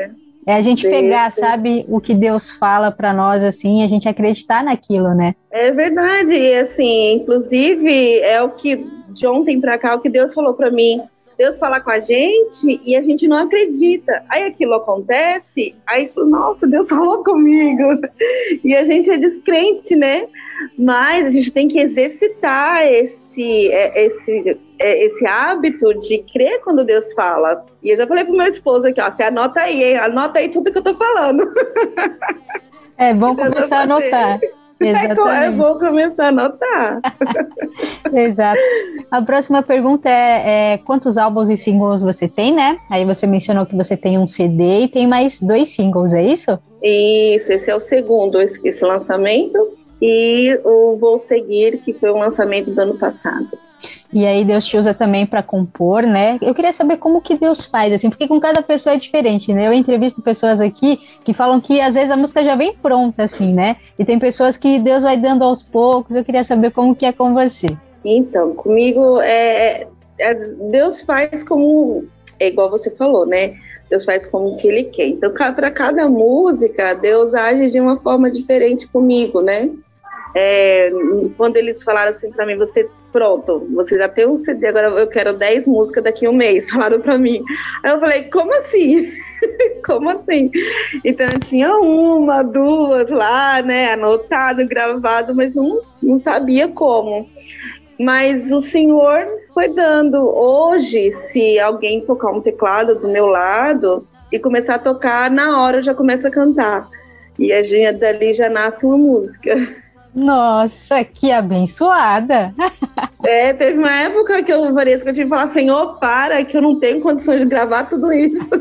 É a gente pegar, Isso. sabe, o que Deus fala para nós, assim, e a gente acreditar naquilo, né? É verdade, e assim, inclusive, é o que de ontem para cá, o que Deus falou para mim. Deus fala com a gente e a gente não acredita. Aí aquilo acontece, aí tipo, nossa, Deus falou comigo. E a gente é descrente, né? Mas a gente tem que exercitar esse, esse, esse hábito de crer quando Deus fala. E eu já falei pro meu esposo aqui, ó, você anota aí, hein? Anota aí tudo que eu tô falando. É bom começar a anotar. Exatamente. É bom começar a anotar. Exato. A próxima pergunta é, é quantos álbuns e singles você tem, né? Aí você mencionou que você tem um C D e tem mais dois singles, é isso? Isso, esse é o segundo, esse, esse lançamento. E o Vou Seguir, que foi um lançamento do ano passado. E aí Deus te usa também para compor, né? Eu queria saber como que Deus faz, assim, porque com cada pessoa é diferente, né? Eu entrevisto pessoas aqui que falam que às vezes a música já vem pronta, assim, né? E tem pessoas que Deus vai dando aos poucos. Eu queria saber como que é com você. Então, comigo, é, é, Deus faz como, é igual você falou, né? Deus faz como que Ele quer. Então, para cada música, Deus age de uma forma diferente comigo, né? É, quando eles falaram assim pra mim, você, pronto, você já tem um C D, agora eu quero dez músicas daqui a um mês, falaram pra mim. Aí eu falei, como assim? Como assim? Então eu tinha uma, duas lá, né, anotado, gravado, mas não, não sabia como. Mas o Senhor foi dando. Hoje, se alguém tocar um teclado do meu lado e começar a tocar, na hora eu já começo a cantar. E a gente, dali já nasce uma música. Nossa, que abençoada! É, teve uma época que eu, Vanessa, que eu tive que falar, Senhor, para, que eu não tenho condições de gravar tudo isso.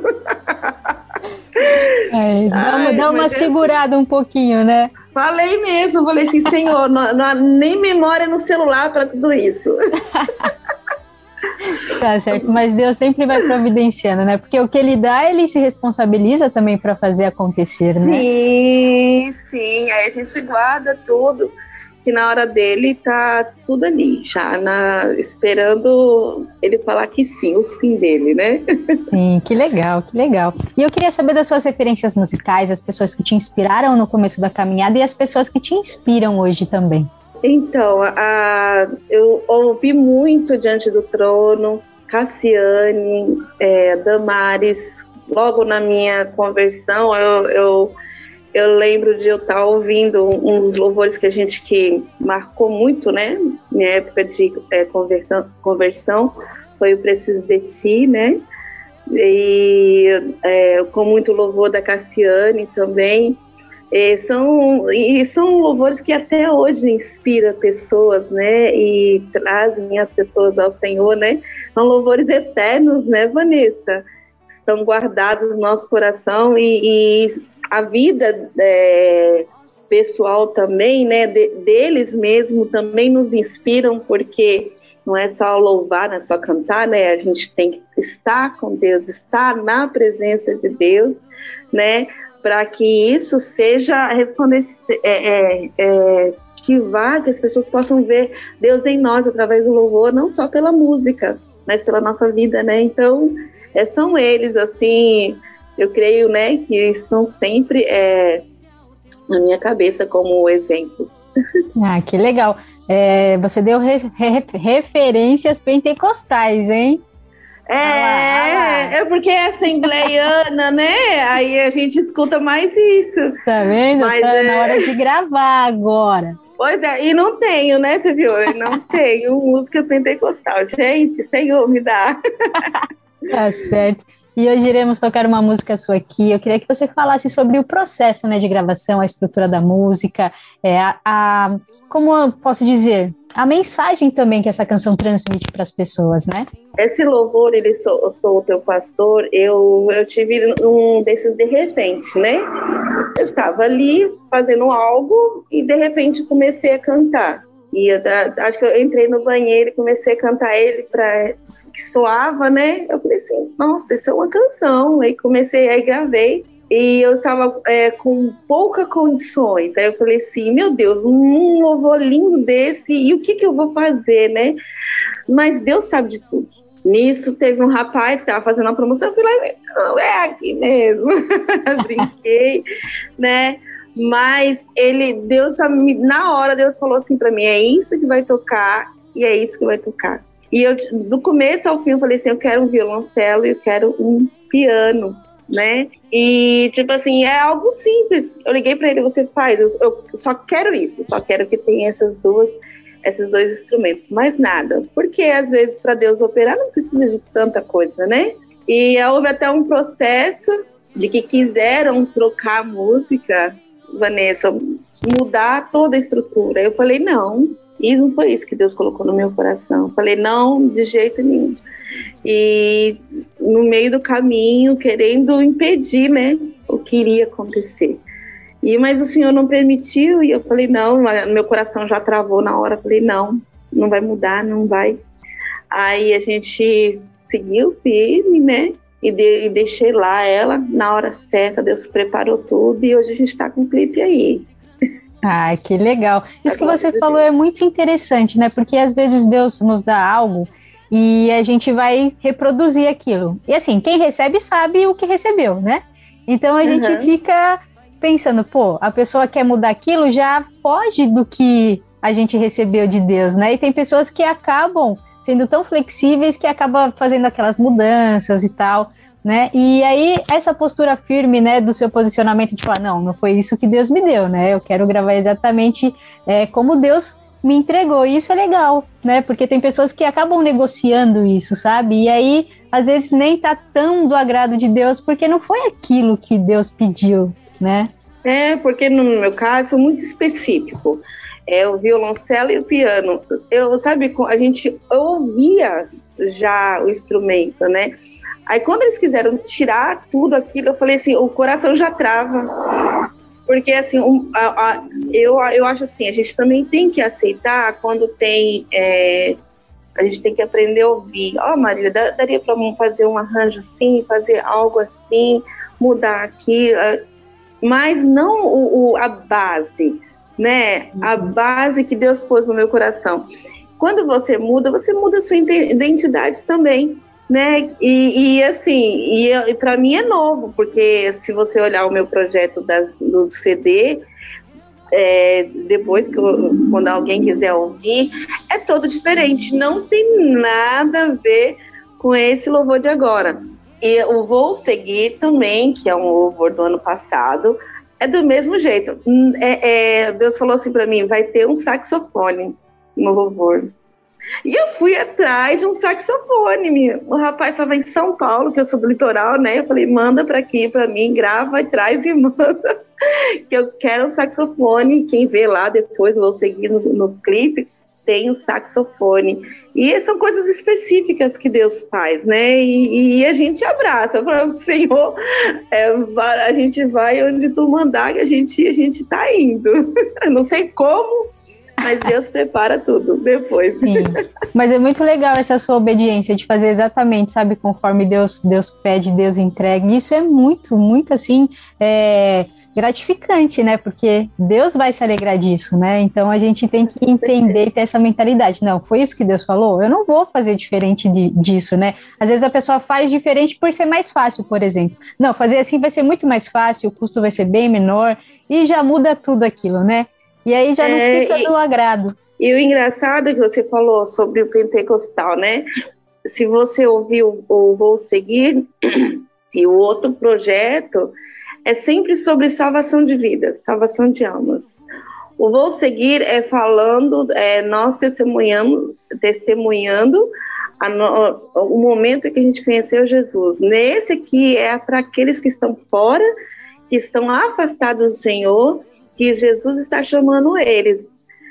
É, dá uma, dá uma segurada um pouquinho, né? Falei mesmo, falei assim, Senhor, não, não há nem memória no celular para tudo isso. Tá certo, mas Deus sempre vai providenciando, né? Porque o que Ele dá, Ele se responsabiliza também para fazer acontecer, né? Sim, sim, aí a gente guarda tudo, que na hora dele tá tudo ali, já na, esperando Ele falar que sim, o sim dele, né? Sim, que legal, que legal. E eu queria saber das suas referências musicais, as pessoas que te inspiraram no começo da caminhada e as pessoas que te inspiram hoje também. Então, a, eu ouvi muito Diante do Trono, Cassiane, é, Damares. Logo na minha conversão, eu, eu, eu lembro de eu estar ouvindo um dos louvores que a gente que marcou muito, né? Minha época de é, conversão, conversão foi o Preciso de Ti, né? E é, com muito louvor da Cassiane também. E são, e são louvores que até hoje inspiram pessoas, né, e trazem as pessoas ao Senhor, né, são louvores eternos, né, Vanessa, estão guardados no nosso coração e, e a vida é, pessoal também, né, de, deles mesmo também nos inspiram, porque não é só louvar, não é só cantar, né, a gente tem que estar com Deus, estar na presença de Deus, né, para que isso seja resplandecer, é, é, é, que vá, que as pessoas possam ver Deus em nós através do louvor, não só pela música, mas pela nossa vida, né? Então, é, são eles, assim, eu creio, né, que estão sempre é, na minha cabeça como exemplos. Ah, que legal. É, você deu re, re, referências pentecostais, hein? É, ah, é porque é assembleiana, né? Aí a gente escuta mais isso. Tá vendo? Mas tá é... na hora de gravar agora. Pois é, e não tenho, né, você viu? Eu não tenho música pentecostal. Gente, Senhor, me dá. Tá certo. E hoje iremos tocar uma música sua aqui. Eu queria que você falasse sobre o processo, né, de gravação, a estrutura da música, é, a, a, como eu posso dizer, a mensagem também que essa canção transmite para as pessoas, né? Esse louvor, ele sou, eu sou o teu pastor, eu, eu tive um desses de repente, né? Eu estava ali fazendo algo e de repente comecei a cantar. E eu, acho que eu entrei no banheiro e comecei a cantar ele para que soava, né? Eu falei assim, nossa, isso é uma canção. Aí comecei, aí gravei. E eu estava é, com poucas condições. Aí eu falei assim, meu Deus, um louvor lindo desse, e o que, que eu vou fazer, né? Mas Deus sabe de tudo. Nisso teve um rapaz que estava fazendo uma promoção, eu fui lá e não, é aqui mesmo. Brinquei, né? Mas ele, Deus, na hora, Deus falou assim para mim, é isso que vai tocar e é isso que vai tocar. E eu, do começo ao fim, eu falei assim, eu quero um violoncelo e eu quero um piano, né? E, tipo assim, é algo simples. Eu liguei para ele, você faz, eu, eu só quero isso, só quero que tenha essas duas, esses dois instrumentos, mais nada. Porque, às vezes, para Deus operar, não precisa de tanta coisa, né? E houve até um processo de que quiseram trocar a música, Vanessa, mudar toda a estrutura. Eu falei, não. E não foi isso que Deus colocou no meu coração. Eu falei, não, de jeito nenhum. E no meio do caminho, querendo impedir, né, o que iria acontecer. E, mas o Senhor não permitiu, e eu falei, não, meu coração já travou na hora. Eu falei, não, não vai mudar, não vai. Aí a gente seguiu firme, né, e, de, e deixei lá ela, na hora certa, Deus preparou tudo, e hoje a gente está com o clipe aí. Ah, que legal. Isso que você falou é muito interessante, né? Porque às vezes Deus nos dá algo e a gente vai reproduzir aquilo. E assim, quem recebe sabe o que recebeu, né? Então a uhum. gente fica pensando, pô, a pessoa quer mudar aquilo, já foge do que a gente recebeu de Deus, né? E tem pessoas que acabam sendo tão flexíveis que acabam fazendo aquelas mudanças e tal, né? E aí essa postura firme, né, do seu posicionamento de falar, não, não foi isso que Deus me deu, né? Eu quero gravar exatamente é, como Deus me entregou. E isso é legal, né? Porque tem pessoas que acabam negociando isso, sabe? E aí às vezes nem tá tão do agrado de Deus, porque não foi aquilo que Deus pediu, né? É, porque no meu caso é muito específico. É o violoncelo e o piano. Eu, sabe, a gente ouvia já o instrumento, né? Aí quando eles quiseram tirar tudo aquilo, eu falei assim, o coração já trava. Porque assim, um, a, a, eu, eu acho assim, a gente também tem que aceitar quando tem, é, a gente tem que aprender a ouvir. Ó, oh, Marília, dá, daria para fazer um arranjo assim, fazer algo assim, mudar aqui, mas não o, o, a base, né? Uhum. A base que Deus pôs no meu coração. Quando você muda, você muda a sua identidade também. Né? E, e assim, e, e para mim é novo, porque se você olhar o meu projeto das, do C D, é, depois que eu, quando alguém quiser ouvir, é todo diferente, não tem nada a ver com esse louvor de agora. E eu vou seguir também, que é um louvor do ano passado, é do mesmo jeito. É, é, Deus falou assim para mim, vai ter um saxofone no louvor. E eu fui atrás de um saxofone, minha. O rapaz estava em São Paulo, que eu sou do litoral, né? Eu falei, manda para aqui, para mim, grava, traz e manda, que eu quero um saxofone. Quem vê lá depois, eu vou seguir no, no clipe, tem o saxofone. E são coisas específicas que Deus faz, né? E, e a gente abraça. Eu falo, Senhor, é, a gente vai onde tu mandar, que a gente, a gente tá indo. Eu não sei como, mas Deus prepara tudo depois. Sim, mas é muito legal essa sua obediência de fazer exatamente, sabe, conforme Deus, Deus pede, Deus entrega. Isso é muito, muito assim, é, gratificante, né? Porque Deus vai se alegrar disso, né? Então a gente tem que entender e ter essa mentalidade. Não, foi isso que Deus falou? Eu não vou fazer diferente de, disso, né? Às vezes a pessoa faz diferente por ser mais fácil, por exemplo. Não, fazer assim vai ser muito mais fácil, o custo vai ser bem menor e já muda tudo aquilo, né? E aí já não é, fica e, do agrado. E o engraçado é que você falou sobre o pentecostal, né? Se você ouviu o Vou Seguir e o outro projeto, é sempre sobre salvação de vidas, salvação de almas. O Vou Seguir é falando, é, nós testemunhando, testemunhando a no, o momento que a gente conheceu Jesus. Nesse aqui é para aqueles que estão fora, que estão afastados do Senhor, que Jesus está chamando eles.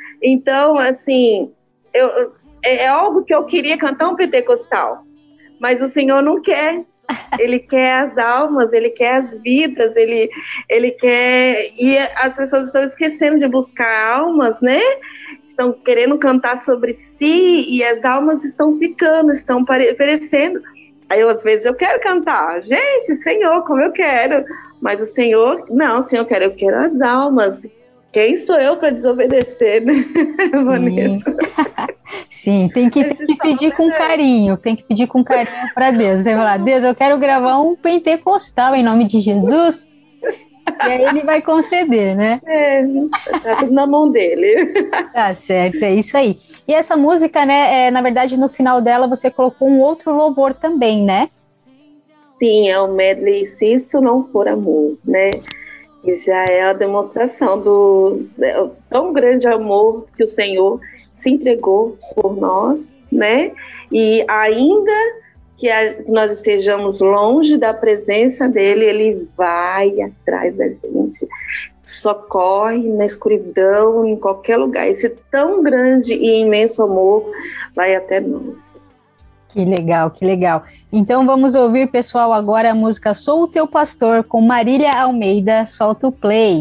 Então, assim, eu, é algo que eu queria cantar um pentecostal, mas o Senhor não quer. Ele quer as almas, Ele quer as vidas, Ele, ele quer... E as pessoas estão esquecendo de buscar almas, né? Estão querendo cantar sobre si e as almas estão ficando, estão perecendo. Aí, eu, às vezes, eu quero cantar. Gente, Senhor, como eu quero... Mas o Senhor, não, Senhor, eu quero, eu quero as almas. Quem sou eu para desobedecer, né, Vanessa? Sim, tem que, tem que pedir com carinho, tem que pedir com carinho para Deus. Você vai falar, Deus, eu quero gravar um pentecostal em nome de Jesus. E aí ele vai conceder, né? É, tá tudo na mão dele. Tá certo, é isso aí. E essa música, né, é, na verdade, no final dela você colocou um outro louvor também, né? Sim, é o medley Se Isso Não For Amor, né? Que já é a demonstração do é, tão grande amor que o Senhor se entregou por nós, né? E ainda que a, nós estejamos longe da presença dele, ele vai atrás da gente, socorre na escuridão, em qualquer lugar. Esse tão grande e imenso amor vai até nós. Que legal, que legal. Então vamos ouvir, pessoal, agora a música Sou o Teu Pastor, com Marília Almeida. Solta o play.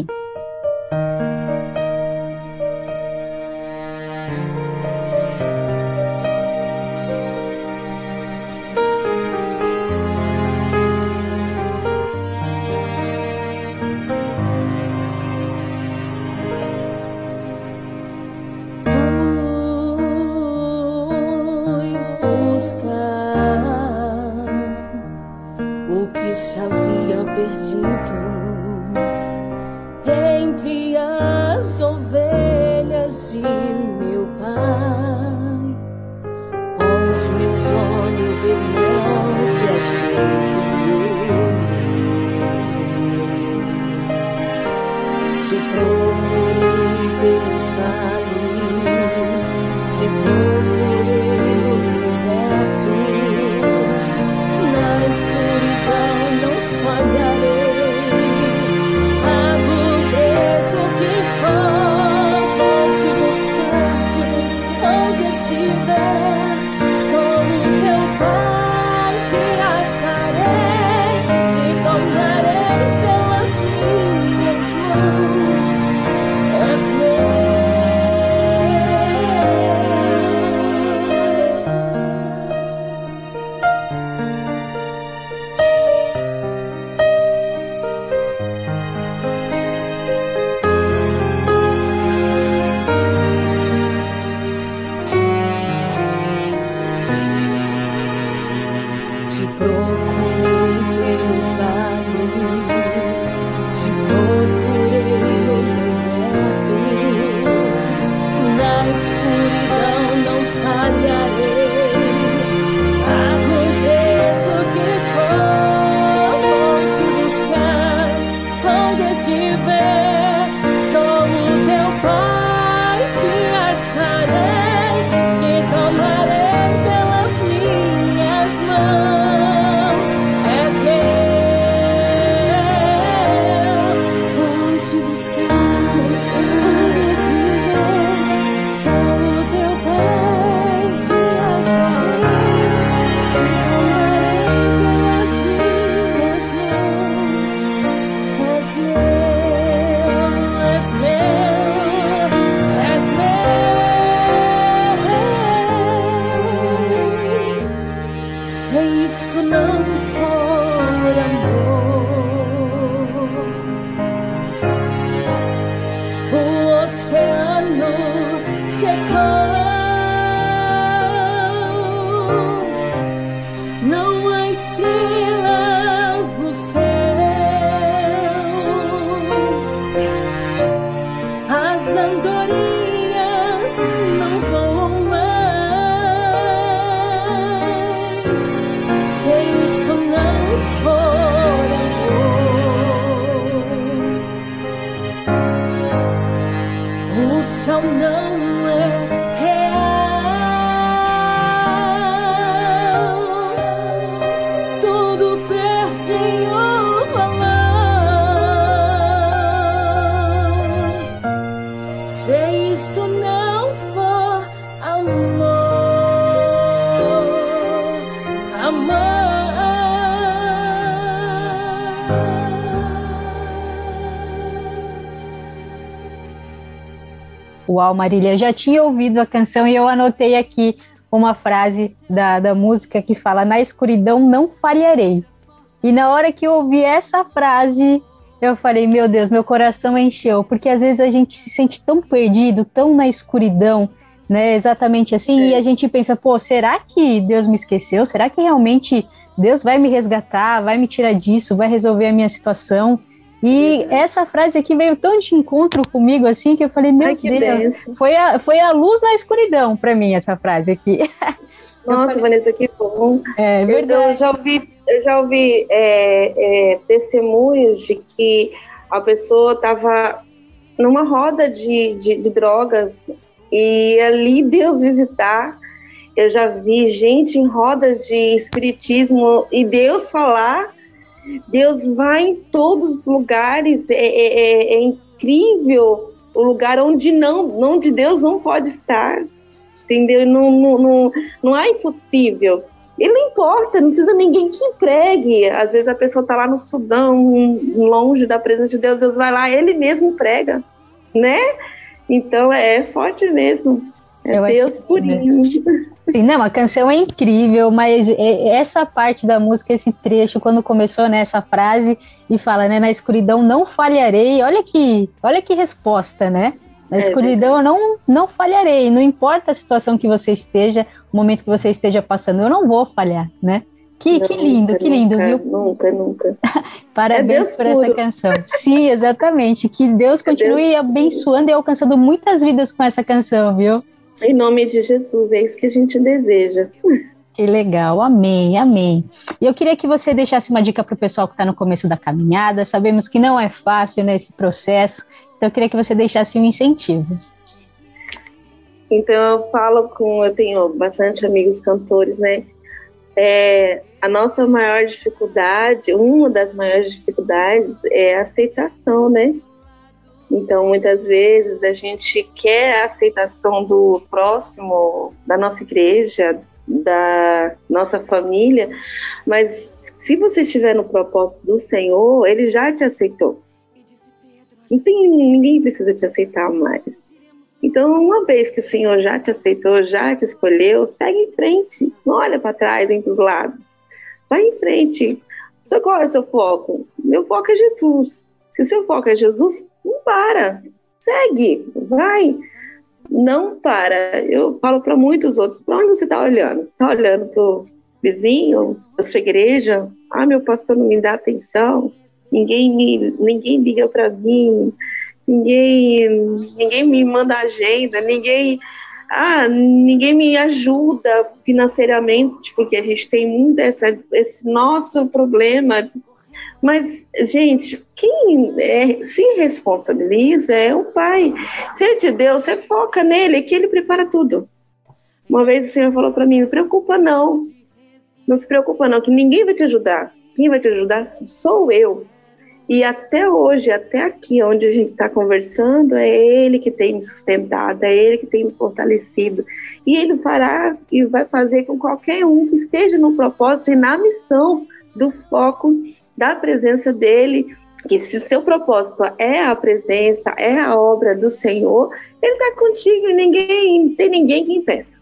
Se havia perdido entre as ovelhas de meu pai. Com os meus olhos eu não te achei, filho meu. Te procurei pelos vales, te procurei nos desertos, na escuridão falharei, pago o preço que for, vou te buscar, onde estiver, sou o teu pai, te acharei, te tomarei pelas minhas mãos, as minhas. Uau, Marília, eu já tinha ouvido a canção e eu anotei aqui uma frase da, da música que fala: na escuridão não falharei. E na hora que eu ouvi essa frase, eu falei, meu Deus, meu coração encheu, porque às vezes a gente se sente tão perdido, tão na escuridão, né? Exatamente assim, é. E a gente pensa, pô, será que Deus me esqueceu? Será que realmente Deus vai me resgatar, vai me tirar disso, vai resolver a minha situação? E é. essa frase aqui veio tão de encontro comigo, assim, que eu falei, meu Ai, Deus, foi a, foi a luz na escuridão para mim, essa frase aqui. Nossa, falei, Vanessa, que bom. É verdade. Eu, eu já ouvi, eu já ouvi é, é, testemunhos de que a pessoa estava numa roda de, de, de drogas e ali Deus visitar. Eu já vi gente em rodas de espiritismo e Deus falar. Deus vai em todos os lugares. É, é, é incrível o lugar onde não, onde Deus não pode estar. Entendeu? Não, não, não, não é impossível. E não importa, não precisa ninguém que pregue. Às vezes a pessoa está lá no Sudão, longe da presença de Deus, Deus vai lá, ele mesmo prega, né? Então é forte mesmo. É Eu Deus purinho. Sim, não, a canção é incrível, mas essa parte da música, esse trecho, quando começou nessa frase e fala, né, na escuridão não falharei, olha que, olha que resposta, né? Na é, escuridão eu não, não falharei, não importa a situação que você esteja, o momento que você esteja passando, eu não vou falhar, né? Que, não, que lindo, nunca, que lindo, nunca, viu? Nunca, nunca. Parabéns é por puro. Essa canção. Sim, exatamente, que Deus continue é Deus abençoando puro. E alcançando muitas vidas com essa canção, viu? Em nome de Jesus, é isso que a gente deseja. Que legal, amém, amém. E eu queria que você deixasse uma dica para o pessoal que está no começo da caminhada, sabemos que não é fácil nesse processo, então eu queria que você deixasse um incentivo. Então eu falo com, eu tenho bastante amigos cantores, né? É, a nossa maior dificuldade, uma das maiores dificuldades é a aceitação, né? Então muitas vezes a gente quer a aceitação do próximo, da nossa igreja, da nossa família, mas se você estiver no propósito do Senhor, Ele já te aceitou. Não tem, ninguém precisa te aceitar mais. Então, uma vez que o Senhor já te aceitou, já te escolheu, segue em frente. Não olha para trás, nem para os lados. Vai em frente. Só qual é o seu foco? Meu foco é Jesus. Se o seu foco é Jesus, não para. Segue, vai. Não para. Eu falo para muitos outros, para onde você está olhando? Você está olhando para o vizinho, para sua igreja? Ah, meu pastor não me dá atenção. Ninguém me, ninguém liga para mim. Ninguém, ninguém me manda agenda, ninguém, ah, ninguém me ajuda financeiramente, porque a gente tem muito essa, esse nosso problema. Mas, gente, quem é, se responsabiliza é o Pai. Se Ele te deu, você foca nele, que Ele prepara tudo. Uma vez o Senhor falou para mim, não preocupa não, não se preocupa não, que ninguém vai te ajudar. Quem vai te ajudar sou eu. E até hoje, até aqui onde a gente está conversando, é Ele que tem me sustentado, é Ele que tem me fortalecido. E Ele fará e vai fazer com qualquer um que esteja no propósito e na missão do foco da presença dEle, que se o seu propósito é a presença, é a obra do Senhor, Ele está contigo e ninguém, não tem ninguém que impeça.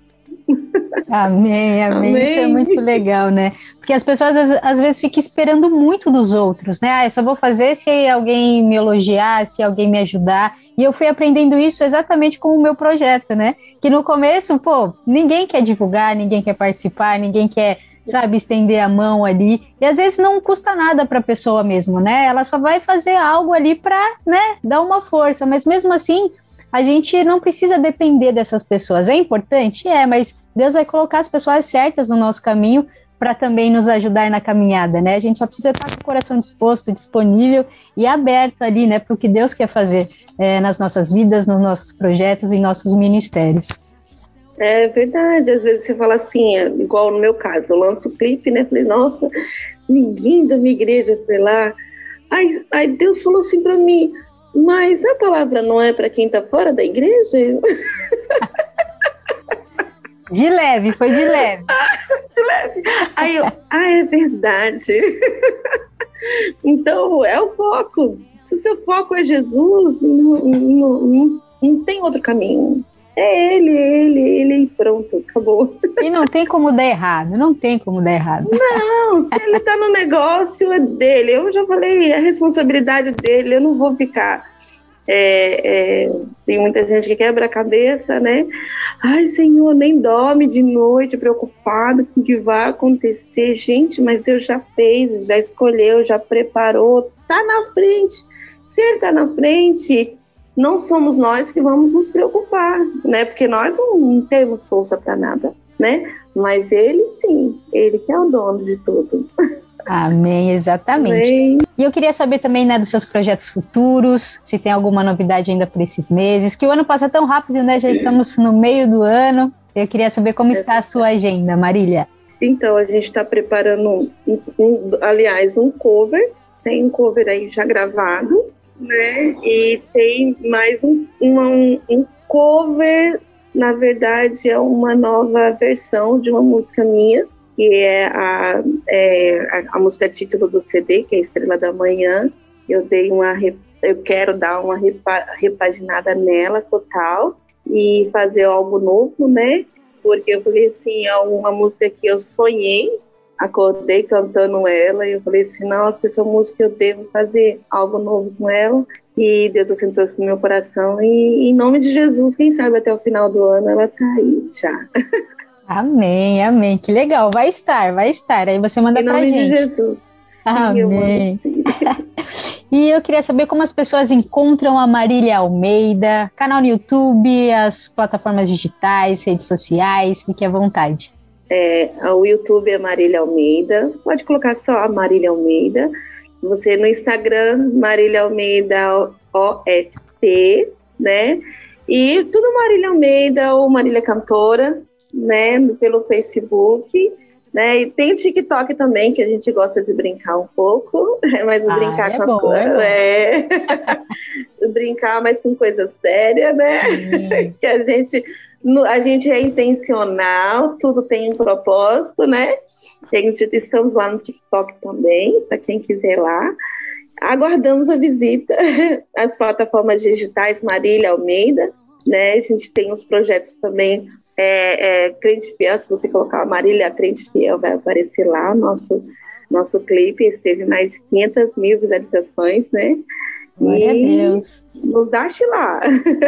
Amém, amém, amém. Isso é muito legal, né? Porque as pessoas às, às vezes ficam esperando muito dos outros, né? Ah, eu só vou fazer se alguém me elogiar, se alguém me ajudar. E eu fui aprendendo isso exatamente com o meu projeto, né? Que no começo, pô, ninguém quer divulgar, ninguém quer participar, ninguém quer, sabe, estender a mão ali. E às vezes não custa nada para a pessoa mesmo, né? Ela só vai fazer algo ali para, né, dar uma força. Mas mesmo assim, a gente não precisa depender dessas pessoas. É importante? É, mas Deus vai colocar as pessoas certas no nosso caminho para também nos ajudar na caminhada, né? A gente só precisa estar com o coração disposto, disponível e aberto ali, né, para o que Deus quer fazer é, nas nossas vidas, nos nossos projetos e nossos ministérios. É verdade, às vezes você fala assim, igual no meu caso, eu lanço o clipe, né? Falei, nossa, ninguém da minha igreja foi lá. Aí, aí Deus falou assim para mim, mas a palavra não é para quem está fora da igreja? De leve, foi de leve. De leve. Aí eu, ah, é verdade. Então, é o foco. Se o seu foco é Jesus, não, não, não, não tem outro caminho. É ele, ele, ele e pronto, acabou. E não tem como dar errado, não tem como dar errado. Não, se ele tá no negócio, é dele. Eu já falei, a responsabilidade dele, eu não vou ficar é, é, Tem muita gente que quebra a cabeça, né? Ai, Senhor, nem dorme de noite, preocupado com o que vai acontecer. Gente, mas Deus já fez, já escolheu, já preparou, tá na frente. Se Ele tá na frente, não somos nós que vamos nos preocupar, né? Porque nós não, não temos força para nada, né? Mas Ele sim, Ele que é o dono de tudo. Amém, exatamente. Amém. E eu queria saber também, né, dos seus projetos futuros, se tem alguma novidade ainda por esses meses, que o ano passa tão rápido, né? Já estamos no meio do ano. Eu queria saber como está a sua agenda, Marília. Então, a gente está preparando, um, um, aliás, um cover. Tem um cover aí já gravado, né? E tem mais um, uma, um, um cover, na verdade, é uma nova versão de uma música minha, que é a, é a, a música título do C D, que é Estrela da Manhã. Eu dei uma, eu quero dar uma repa, repaginada nela total e fazer algo novo, né? Porque eu falei assim, é uma música que eu sonhei, acordei cantando ela e eu falei assim, nossa, essa música eu devo fazer algo novo com ela. E Deus assentou isso no meu coração e em nome de Jesus, quem sabe até o final do ano ela tá aí já. Amém, amém. Que legal. Vai estar, vai estar. Aí você manda pra gente. Em nome de Jesus. Amém. Sim, e eu queria saber como as pessoas encontram a Marília Almeida, canal no YouTube, as plataformas digitais, redes sociais, fique à vontade. É, o YouTube é Marília Almeida, pode colocar só a Marília Almeida. Você no Instagram, Marília Almeida O F T, né? E tudo Marília Almeida ou Marília Cantora, né, pelo Facebook, né, e tem o TikTok também, que a gente gosta de brincar um pouco, mas ah, brincar é com bom, as coisas, é, é brincar mais com coisa séria, né, hum. que a gente, a gente é intencional, tudo tem um propósito, né, gente, estamos lá no TikTok também, para quem quiser lá, aguardamos a visita, as plataformas digitais Marília Almeida, né, a gente tem os projetos também. É, é, Crente Fiel, se você colocar a Marília Crente Fiel, vai aparecer lá. Nosso, nosso clipe teve mais de quinhentas mil visualizações, né? Glória e a Deus. Nos ache lá.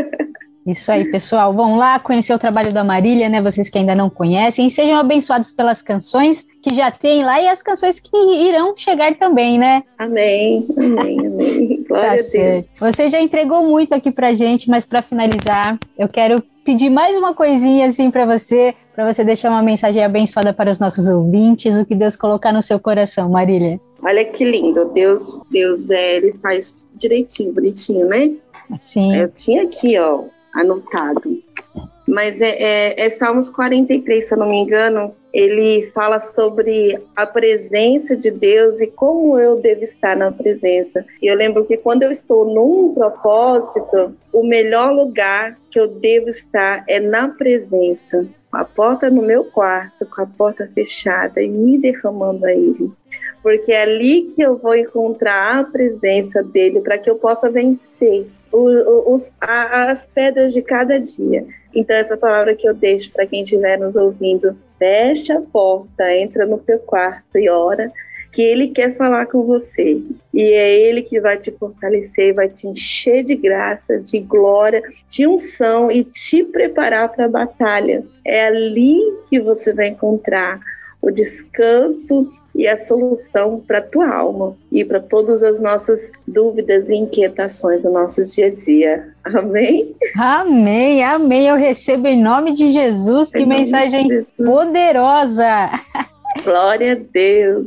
Isso aí, pessoal. Vão lá conhecer o trabalho da Marília, né? Vocês que ainda não conhecem. E sejam abençoados pelas canções que já tem lá e as canções que irão chegar também, né? Amém, amém, amém. Glória tá a Deus. Certo. Você já entregou muito aqui pra gente, mas para finalizar, eu quero pedir mais uma coisinha assim para você, para você deixar uma mensagem abençoada para os nossos ouvintes, o que Deus colocar no seu coração, Marília. Olha que lindo, Deus, Deus é, ele faz tudo direitinho, bonitinho, né? Sim. Eu tinha aqui, ó, anotado. Mas é, é, é Salmos quarenta e três, se eu não me engano, ele fala sobre a presença de Deus e como eu devo estar na presença. E eu lembro que quando eu estou num propósito, o melhor lugar que eu devo estar é na presença. Com a porta no meu quarto, com a porta fechada e me derramando a Ele. Porque é ali que eu vou encontrar a presença dEle para que eu possa vencer os, os, as pedras de cada dia. Então, essa palavra que eu deixo para quem estiver nos ouvindo, fecha a porta, entra no teu quarto e ora, que Ele quer falar com você. E é Ele que vai te fortalecer, vai te encher de graça, de glória, de unção e te preparar para a batalha. É ali que você vai encontrar o descanso e a solução para a tua alma e para todas as nossas dúvidas e inquietações do nosso dia a dia. Amém? Amém, amém. Eu recebo em nome de Jesus. Que mensagem Jesus. Poderosa! Glória a Deus!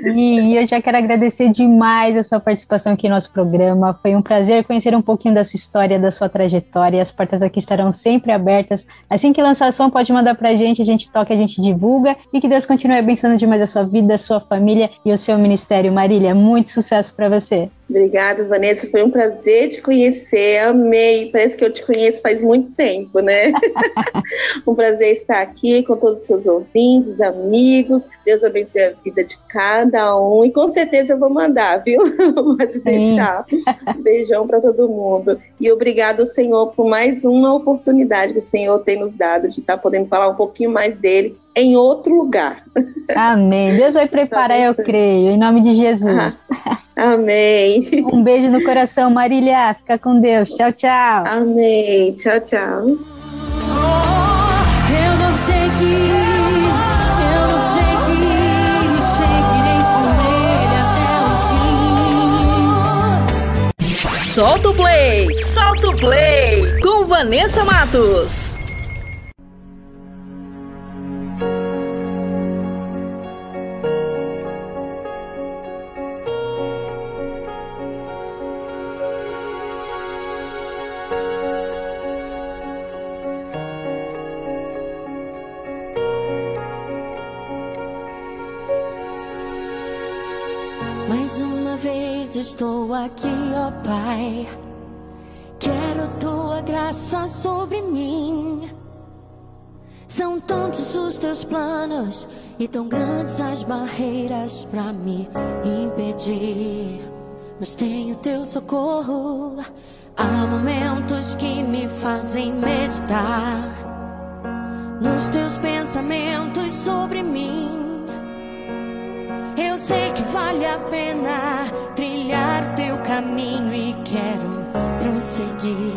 E eu já quero agradecer demais a sua participação aqui no nosso programa. Foi um prazer conhecer um pouquinho da sua história, da sua trajetória. As portas aqui estarão sempre abertas. Assim que lançar som, pode mandar pra gente, a gente toca, a gente divulga. E que Deus continue abençoando demais a sua vida, a sua família e o seu ministério. Marília, muito sucesso para você. Obrigada, Vanessa. Foi um prazer te conhecer. Amei. Parece que eu te conheço faz muito tempo, né? Um prazer estar aqui com todos os seus ouvintes, amigos. Deus abençoe a vida de cada um. E com certeza eu vou mandar, viu? Pode deixar. Um beijão para todo mundo. E obrigado, Senhor, por mais uma oportunidade que o Senhor tem nos dado de estar podendo falar um pouquinho mais dele em outro lugar. Amém. Deus vai preparar, eu creio, em nome de Jesus. Amém. Um beijo no coração, Marília. Fica com Deus. Tchau, tchau. Amém. Tchau, tchau. Eu não sei que, eu não sei que seguirei com ele até o fim. Solta o play, solta o play com Vanessa Matos. Mais uma vez estou aqui, ó Pai. Quero tua graça sobre mim. São tantos os teus planos e tão grandes as barreiras pra me impedir. Mas tenho teu socorro. Há momentos que me fazem meditar nos teus pensamentos sobre mim. Eu sei que vale a pena trilhar teu caminho e quero prosseguir.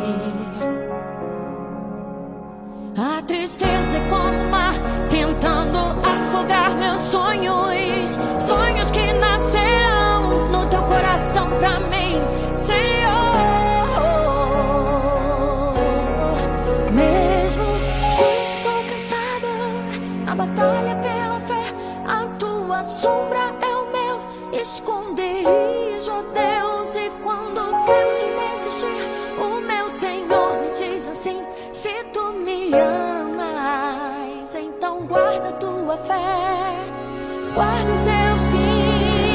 A tristeza é como o mar tentando afogar meus sonhos, sonhos que nascerão no teu coração pra mim, Senhor. Mesmo que estou cansada na batalha pela fé, a tua sombra é o meu esconderijo, ó Deus. E quando penso em desistir, o meu Senhor me diz assim: se tu me amas, então guarda a tua fé, guarda o teu fim.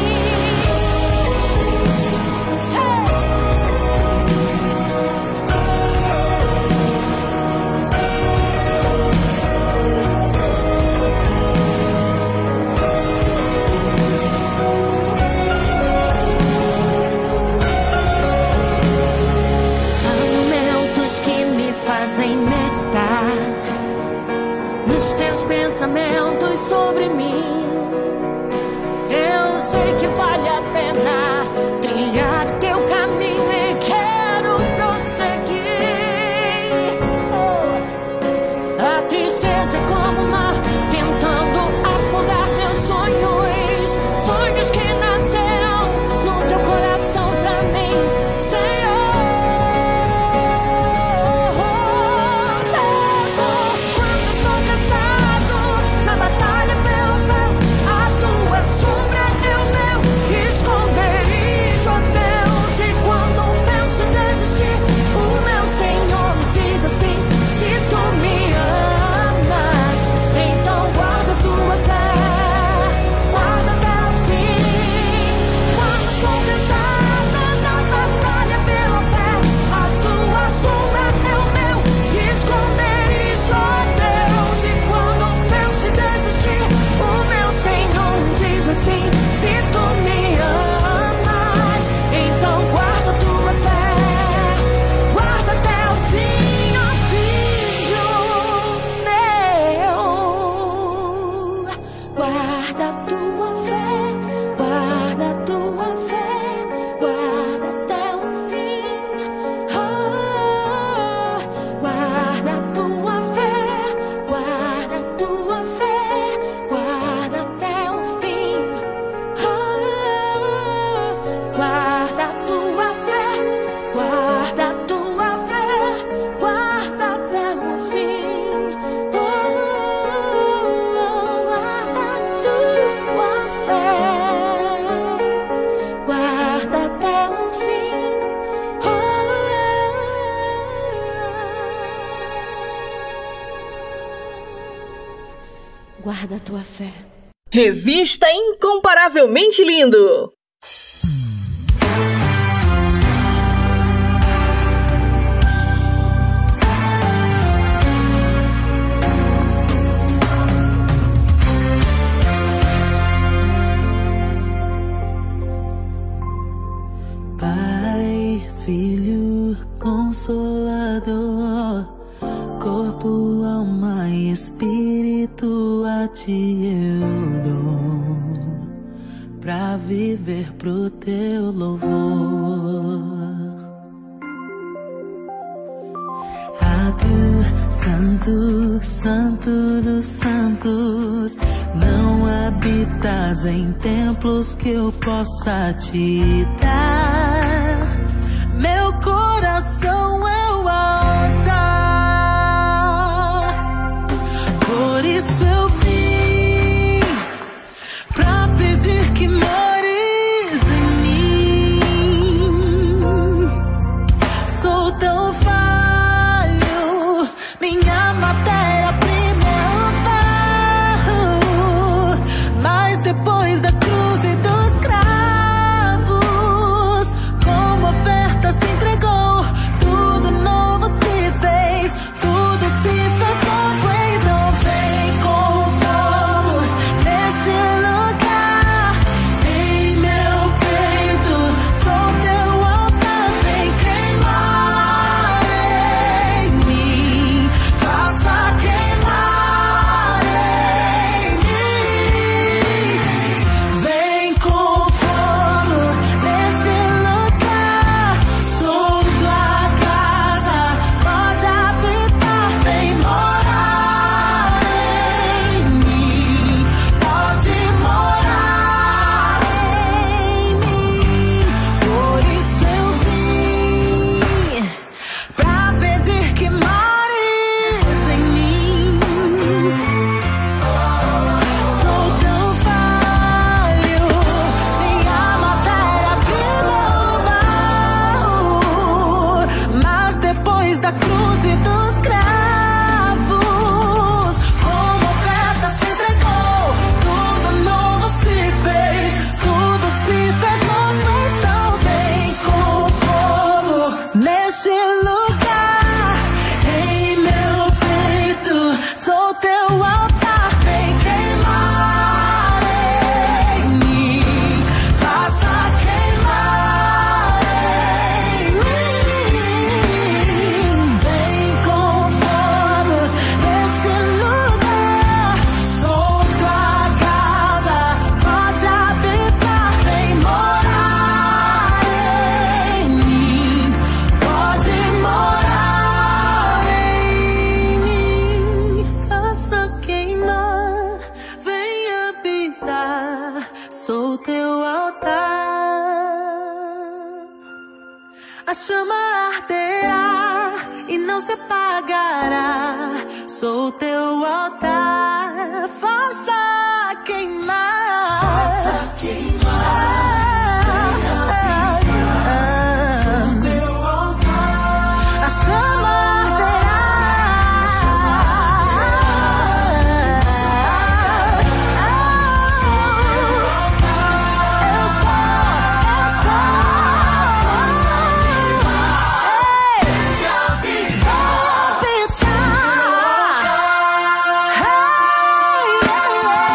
Fazem meditar nos teus pensamentos sobre mim. Eu sei que vale a pena trilhar teu caminho e quero prosseguir. Oh. A tristeza é como o mar tentando afogar meus sonhos, sonhos que nascerão no teu coração pra mim, Senhor. Guarda a tua fé. Revista Incomparavelmente Lindo. Pai, Filho, Consolador, corpo, alma e espírito. espírito a ti eu dou, pra viver pro teu louvor. Ah, tu, santo, santo dos santos, não habitas em templos que eu possa te dar. Meu coração é o altar, por isso eu vim pra pedir que mores em mim. Sou tão falho, minha matéria-prima é o barro, mas depois da cruz e dos cravos, como oferta se entregou, tudo novo se fez, tudo se fez novo. Então vem com fogo neste lugar, em meu peito, sou teu altar. Vem queimar em mim, faça queimar em mim. Vem com fogo neste lugar, sou tua casa, pode habitar. Vem morar em mim, pode morar em mim. Por isso eu vim pra pedir que mores em mim. Sou tão falho, minha matéria-prima é o barro, mas depois da cruz e dos cravos, como oferta se entregou, tudo novo se fez, tudo se fez novo. Então vem com fogo neste lugar, em meu peito, sou teu altar. Vem queimar em mim, faça queimar em mim. Vem com fogo neste lugar, sou tua casa, pode habitar. Vem morar em mim, pode morar em mim. Faça queimar, vem habitar, sou teu altar. A chama arderá e não se apagará, sou teu altar. Faça queimar, faça queimar. Sou teu altar. A chama arderá.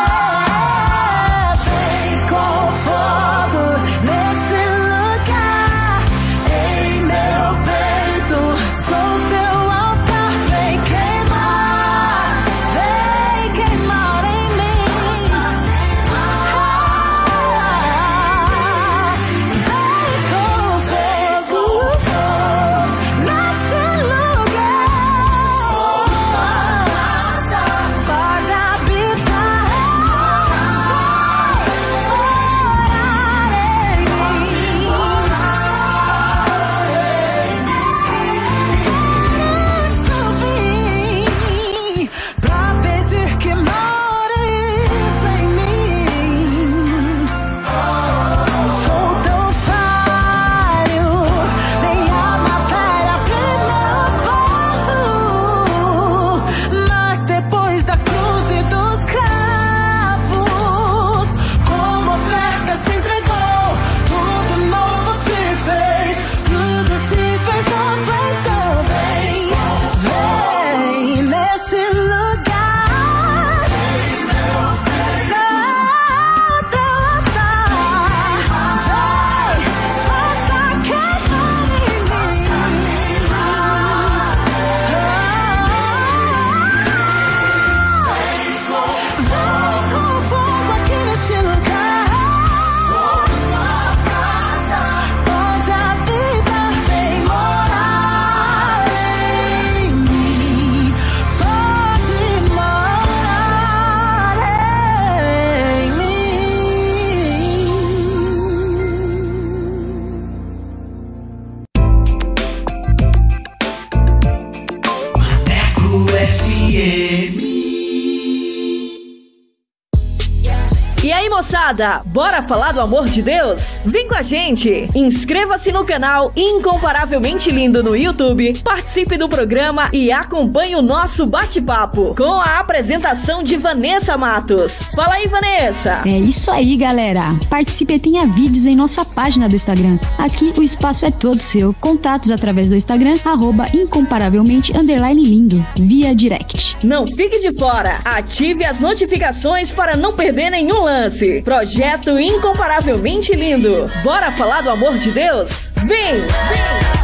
aí, moçada, bora falar do amor de Deus? Vem com a gente! Inscreva-se no canal Incomparavelmente Lindo no YouTube, participe do programa e acompanhe o nosso bate-papo com a apresentação de Vanessa Matos. Fala aí, Vanessa! É isso aí, galera! Participe e tenha vídeos em nossa página do Instagram. Aqui o espaço é todo seu. Contatos através do Instagram, arroba incomparavelmente underline lindo, via direct. Não fique de fora! Ative as notificações para não perder nenhum lance. Projeto Incomparavelmente Lindo. Bora falar do amor de Deus? Vem! Vem!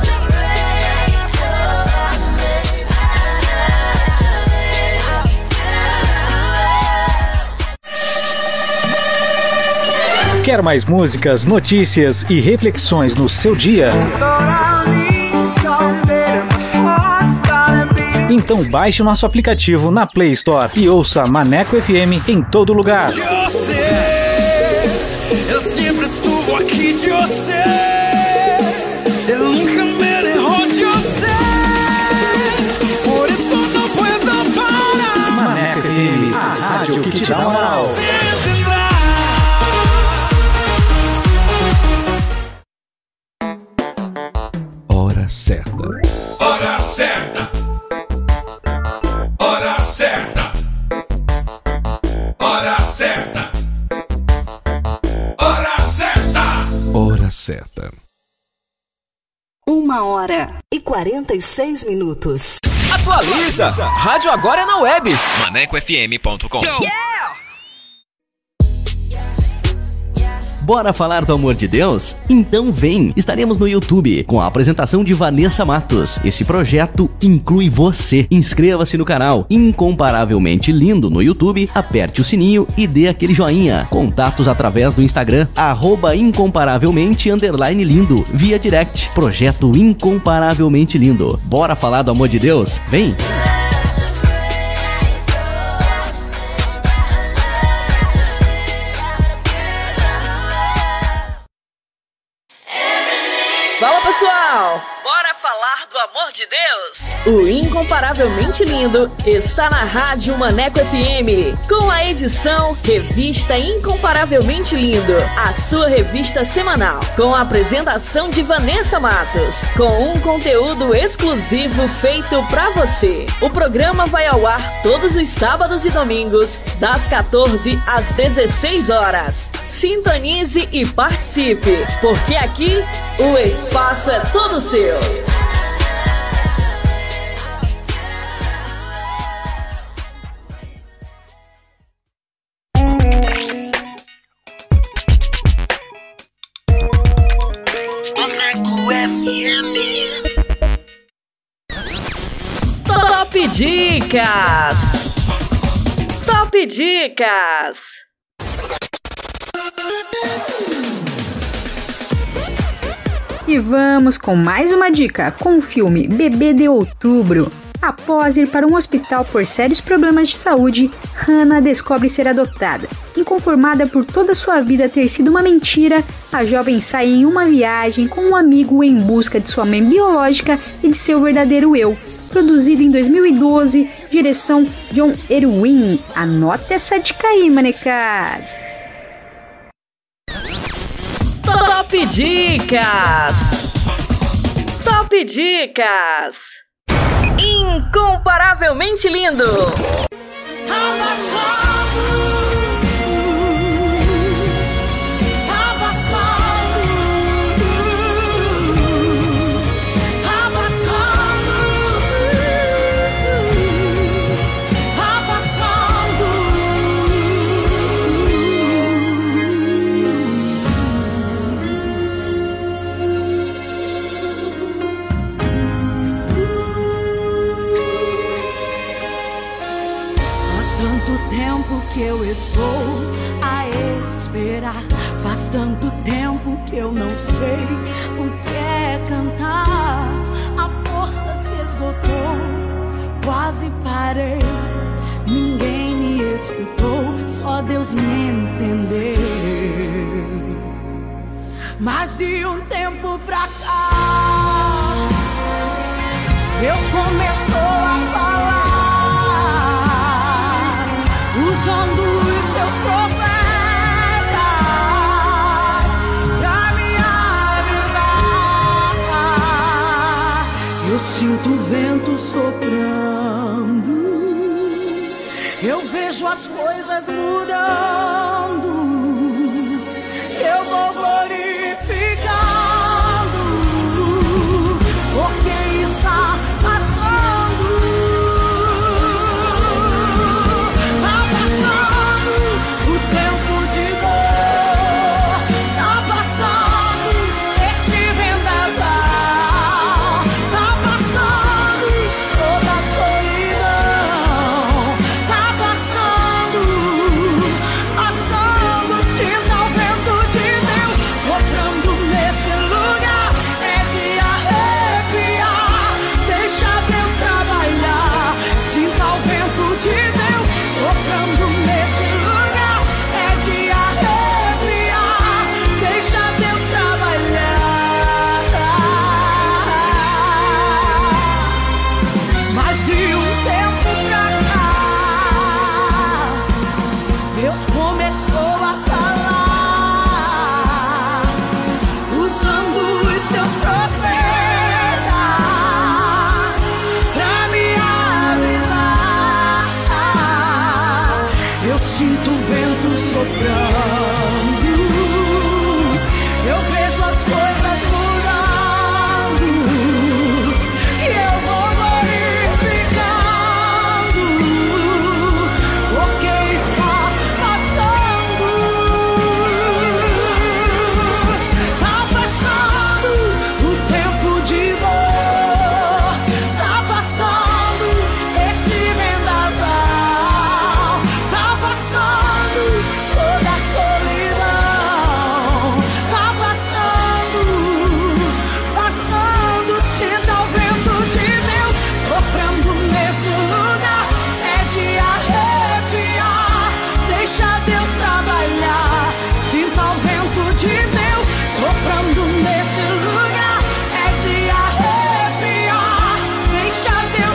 Quer mais músicas, notícias e reflexões no seu dia? Então baixe o nosso aplicativo na Play Store e ouça Maneco F M em todo lugar. Eu sei, eu sempre estuvo aqui de você. Eu nunca me derrou de você. Por isso não puedo parar. Maneco F M, a rádio que te dá moral. Hora certa. Hora certa. Hora certa. Hora certa. Hora certa. Hora certa. Uma hora e quarenta e seis minutos. Atualiza! Rádio agora é na web. maneco f m ponto com. Bora falar do amor de Deus? Então vem! Estaremos no YouTube com a apresentação de Vanessa Matos. Esse projeto inclui você. Inscreva-se no canal Incomparavelmente Lindo no YouTube, aperte o sininho e dê aquele joinha. Contatos através do Instagram, arroba incomparavelmente underline lindo, via direct. Projeto Incomparavelmente Lindo. Bora falar do amor de Deus? Vem! Fala, pessoal! Bora falar do amor de Deus? O Incomparavelmente Lindo está na Rádio Maneco F M, com a edição Revista Incomparavelmente Lindo, a sua revista semanal, com a apresentação de Vanessa Matos, com um conteúdo exclusivo feito pra você. O programa vai ao ar todos os sábados e domingos, das quatorze às dezesseis horas. Sintonize e participe, porque aqui o espaço é todo seu. Maneco F M. Top Dicas! Top Dicas! E vamos com mais uma dica com o filme Bebê de Outubro. Após ir para um hospital por sérios problemas de saúde, Hannah descobre ser adotada. Inconformada por toda sua vida ter sido uma mentira, a jovem sai em uma viagem com um amigo em busca de sua mãe biológica e de seu verdadeiro eu. Produzido em dois mil e doze, direção John Erwin. Anota essa dica aí, manecada. Top Dicas! Top Dicas! Incomparavelmente Lindo! Que eu estou a esperar. Faz tanto tempo que eu não sei o que é cantar. A força se esgotou, quase parei. Ninguém me escutou, só Deus me entendeu. Mas de um tempo pra cá, Deus começou a falar, usando os seus profetas, vento soprando, eu vejo as coisas mudando, eu vou glorificando, porque está passando, tá passando o tempo de dor, tá passando esse vendaval, tá passando toda a solidão, tá passando, passando, sinta o vento de Deus soprando nesse lugar, é de arrepiar, deixa Deus trabalhar, sinta o vento de Deus soprando nesse lugar, é de arrepiar, deixa Deus trabalhar. Mas de um tempo pra cá, Deus começou a falar, usando os seus profetas pra me avisar. Eu sinto o vento soprando, eu vejo as coisas mudando, e eu vou glorificando, porque está passando, tá passando o tempo de dor, tá passando esse vendaval, tá passando toda a solidão, tá passando, passando, sinta o vento de Deus soprando nesse lugar, é de arrepiar, deixa Deus trabalhar, sinta o vento de Deus soprando nesse lugar, é de arrepiar, deixa Deus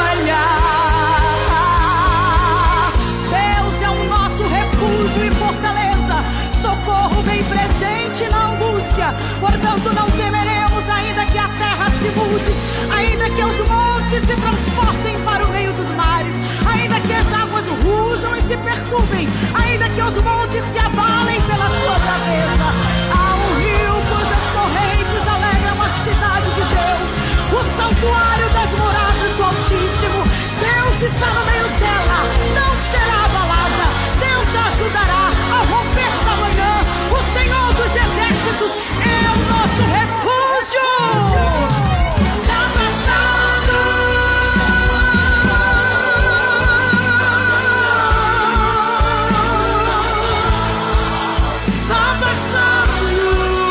trabalhar. Deus é o nosso refúgio e fortaleza, socorro bem presente na angústia, portanto não temeremos, ainda que a terra se mude, ainda que os montes se transportem para o meio dos mares, ainda que as águas rujam e se perturbem, ainda que os montes se abalem pela sua braveza. Há um rio cujas correntes alegram a cidade de Deus, o santuário das moradas do Altíssimo. Deus está no meio dela, não será abalada, Deus a ajudará ao romper da manhã, o Senhor dos exércitos é o nosso refúgio. Tá passando, tá passando,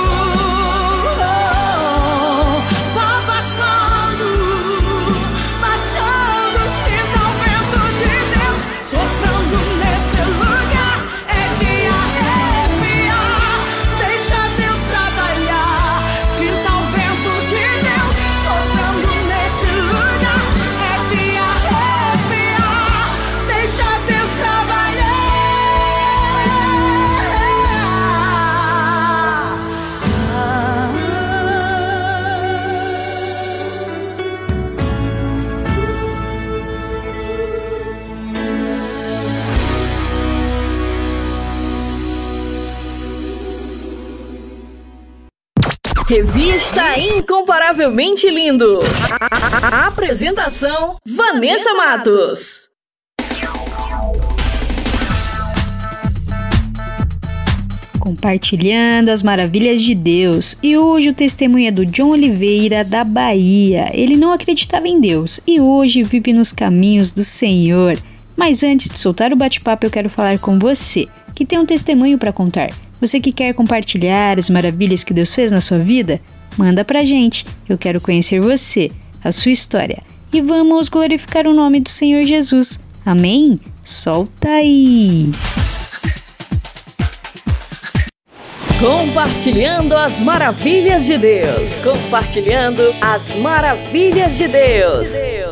tá passando, passando, sinta o vento de Deus soprando nesse lugar, é de arrepiar, deixa Deus trabalhar, sinta o vento de Deus soprando nesse lugar, é de arrepiar, deixa Deus trabalhar. Revista Incomparavelmente Lindo. A, a apresentação: Vanessa Matos. Compartilhando as maravilhas de Deus. E hoje o testemunho é do John Oliveira, da Bahia. Ele não acreditava em Deus e hoje vive nos caminhos do Senhor. Mas antes de soltar o bate-papo, eu quero falar com você, que tem um testemunho para contar. Você que quer compartilhar as maravilhas que Deus fez na sua vida? Manda pra gente, eu quero conhecer você, a sua história. E vamos glorificar o nome do Senhor Jesus. Amém? Solta aí! Compartilhando as maravilhas de Deus. Compartilhando as maravilhas de Deus.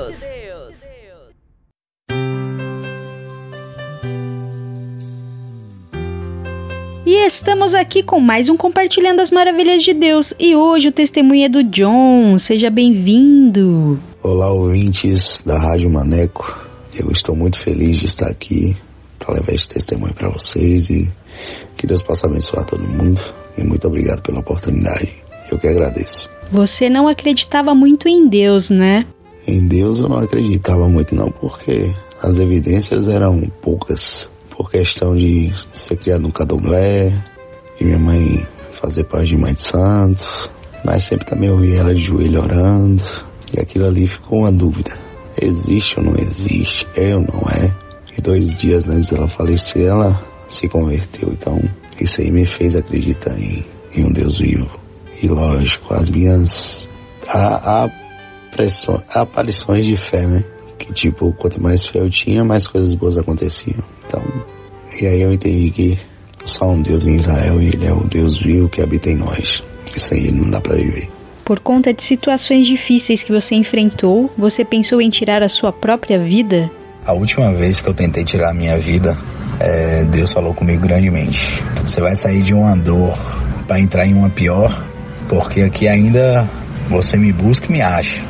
E estamos aqui com mais um Compartilhando as Maravilhas de Deus. E hoje o testemunho é do John. Seja bem-vindo. Olá, ouvintes da Rádio Maneco. Eu estou muito feliz de estar aqui para levar esse testemunho para vocês e que Deus possa abençoar todo mundo. E muito obrigado pela oportunidade. Eu que agradeço. Você não acreditava muito em Deus, né? Em Deus eu não acreditava muito não, porque as evidências eram poucas. Por questão de ser criado no candomblé, de minha mãe fazer parte de mãe de santos, mas sempre também ouvi ela de joelho orando, e aquilo ali ficou uma dúvida. Existe ou não existe? É ou não é? E dois dias antes dela falecer, ela se converteu. Então, isso aí me fez acreditar em, em um Deus vivo. E lógico, as minhas há, há, pressões, há aparições de fé, né? Que tipo, quanto mais fé eu tinha, mais coisas boas aconteciam. Então, e aí eu entendi que só um Deus em Israel, e Ele é o Deus vivo que habita em nós. E sem Ele não dá pra viver. Por conta de situações difíceis que você enfrentou, você pensou em tirar a sua própria vida? A última vez que eu tentei tirar a minha vida, é, Deus falou comigo grandemente. Você vai sair de uma dor para entrar em uma pior, porque aqui ainda você me busca e me acha.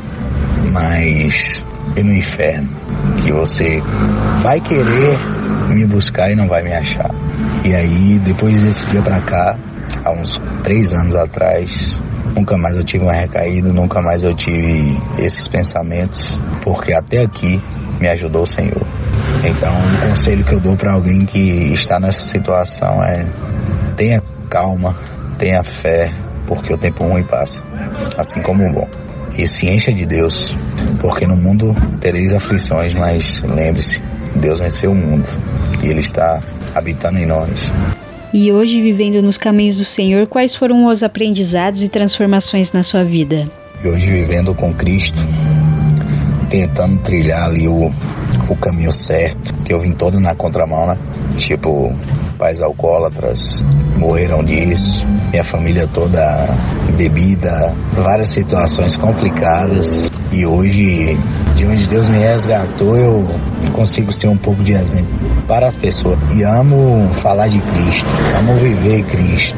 Mas e no inferno, que você vai querer me buscar e não vai me achar. E aí, depois desse dia pra cá, há uns três anos atrás, nunca mais eu tive uma recaída, nunca mais eu tive esses pensamentos, porque até aqui me ajudou o Senhor. Então, o conselho que eu dou para alguém que está nessa situação é: tenha calma, tenha fé, porque o tempo ruim passa, assim como o bom. E se encha de Deus, porque no mundo tereis aflições, mas lembre-se, Deus venceu o mundo e Ele está habitando em nós. E hoje, vivendo nos caminhos do Senhor, quais foram os aprendizados e transformações na sua vida? E hoje, vivendo com Cristo, tentando trilhar ali o, o caminho certo, que eu vim todo na contramão, né? Tipo, pais alcoólatras morreram disso, minha família toda bebida, várias situações complicadas. E hoje, de onde Deus me resgatou, eu consigo ser um pouco de exemplo para as pessoas. E amo falar de Cristo, amo viver Cristo.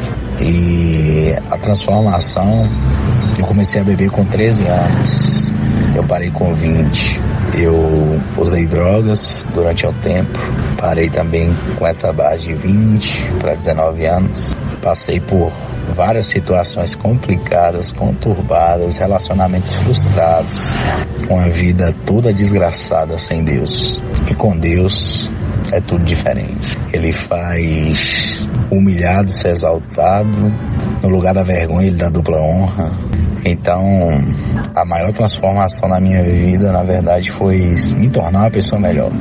E a transformação, eu comecei a beber com treze anos, eu parei com vinte. Eu usei drogas durante um tempo, parei também com essa base de vinte para dezenove anos. Passei por várias situações complicadas, conturbadas, relacionamentos frustrados, uma vida toda desgraçada sem Deus. E com Deus é tudo diferente. Ele faz o humilhado ser exaltado, no lugar da vergonha Ele dá dupla honra. Então, a maior transformação na minha vida, na verdade, foi me tornar uma pessoa melhor.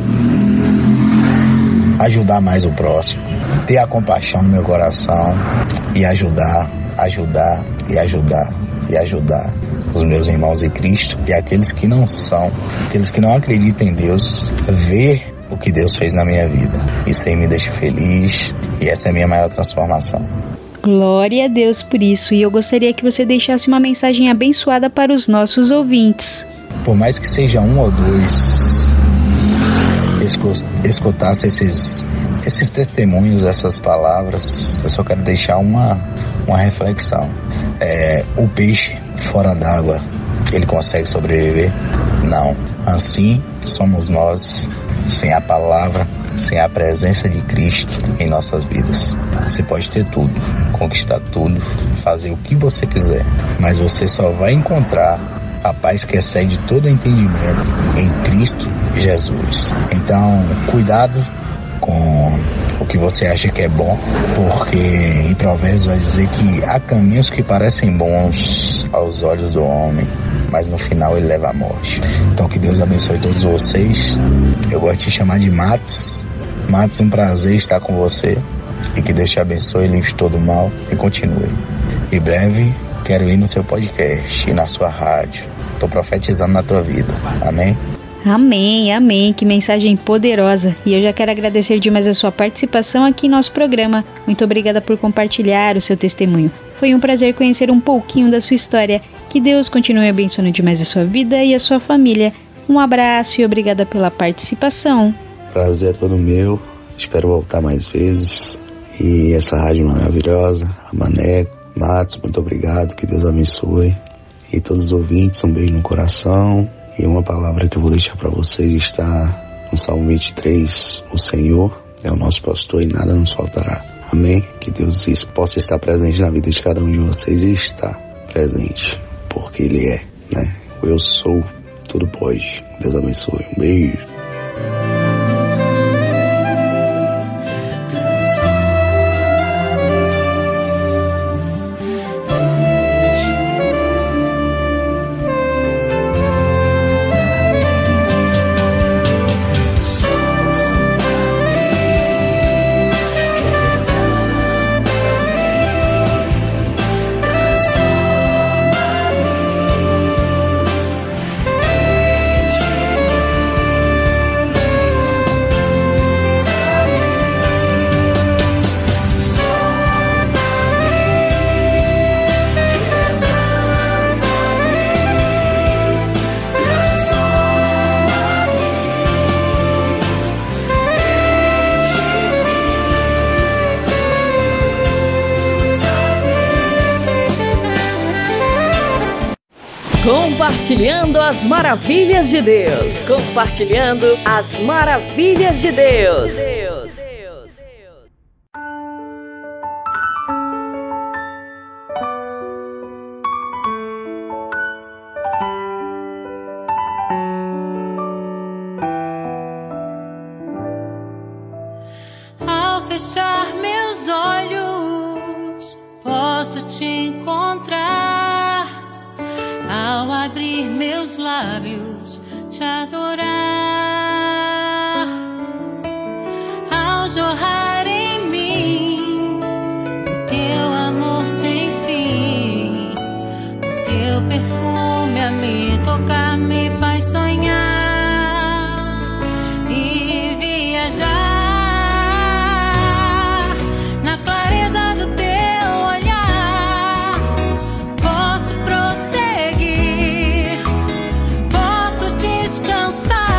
Ajudar mais o próximo, ter a compaixão no meu coração e ajudar, ajudar e ajudar e ajudar os meus irmãos em Cristo e aqueles que não são, aqueles que não acreditam em Deus, ver o que Deus fez na minha vida. Isso aí me deixa feliz e essa é a minha maior transformação. Glória a Deus por isso, e eu gostaria que você deixasse uma mensagem abençoada para os nossos ouvintes. Por mais que seja um ou dois, escutasse esses, esses testemunhos, essas palavras, eu só quero deixar uma, uma reflexão. É, o peixe fora d'água, ele consegue sobreviver? Não. Assim somos nós, sem a palavra, sem a presença de Cristo em nossas vidas. Você pode ter tudo, conquistar tudo, fazer o que você quiser, mas você só vai encontrar a paz que excede todo entendimento em Cristo Jesus. Então, cuidado com o que você acha que é bom, porque em Provérbios vai dizer que há caminhos que parecem bons aos olhos do homem, mas no final ele leva à morte. Então que Deus abençoe todos vocês. Eu gosto de te chamar de Matos. Matos, um prazer estar com você e que Deus te abençoe, livre todo o mal e continue. Em breve quero ir no seu podcast e na sua rádio. Estou profetizando na tua vida. Amém? Amém, amém, que mensagem poderosa. E eu já quero agradecer demais a sua participação aqui em nosso programa. Muito obrigada por compartilhar o seu testemunho. Foi um prazer conhecer um pouquinho da sua história. Que Deus continue abençoando demais a sua vida e a sua família. Um abraço e obrigada pela participação. Prazer é todo meu. Espero voltar mais vezes. E essa rádio maravilhosa, a Mané, Matos, muito obrigado. Que Deus abençoe. E todos os ouvintes, um beijo no coração. E uma palavra que eu vou deixar para vocês está no Salmo vinte e três, o Senhor é o nosso pastor e nada nos faltará. Amém? Que Deus possa estar presente na vida de cada um de vocês e está presente, porque Ele é, né? O eu sou, tudo pode. Deus abençoe. Um beijo. Compartilhando as maravilhas de Deus. Compartilhando as maravilhas de Deus. Ao fechar meus olhos, posso te encontrar. Ao abrir meus lábios, te adorar. Ao jorrar em mim o teu amor sem fim, o teu perfume a me tocar me faz sonhar e viajar. Na clareza do teu olhar, posso prosseguir, posso descansar.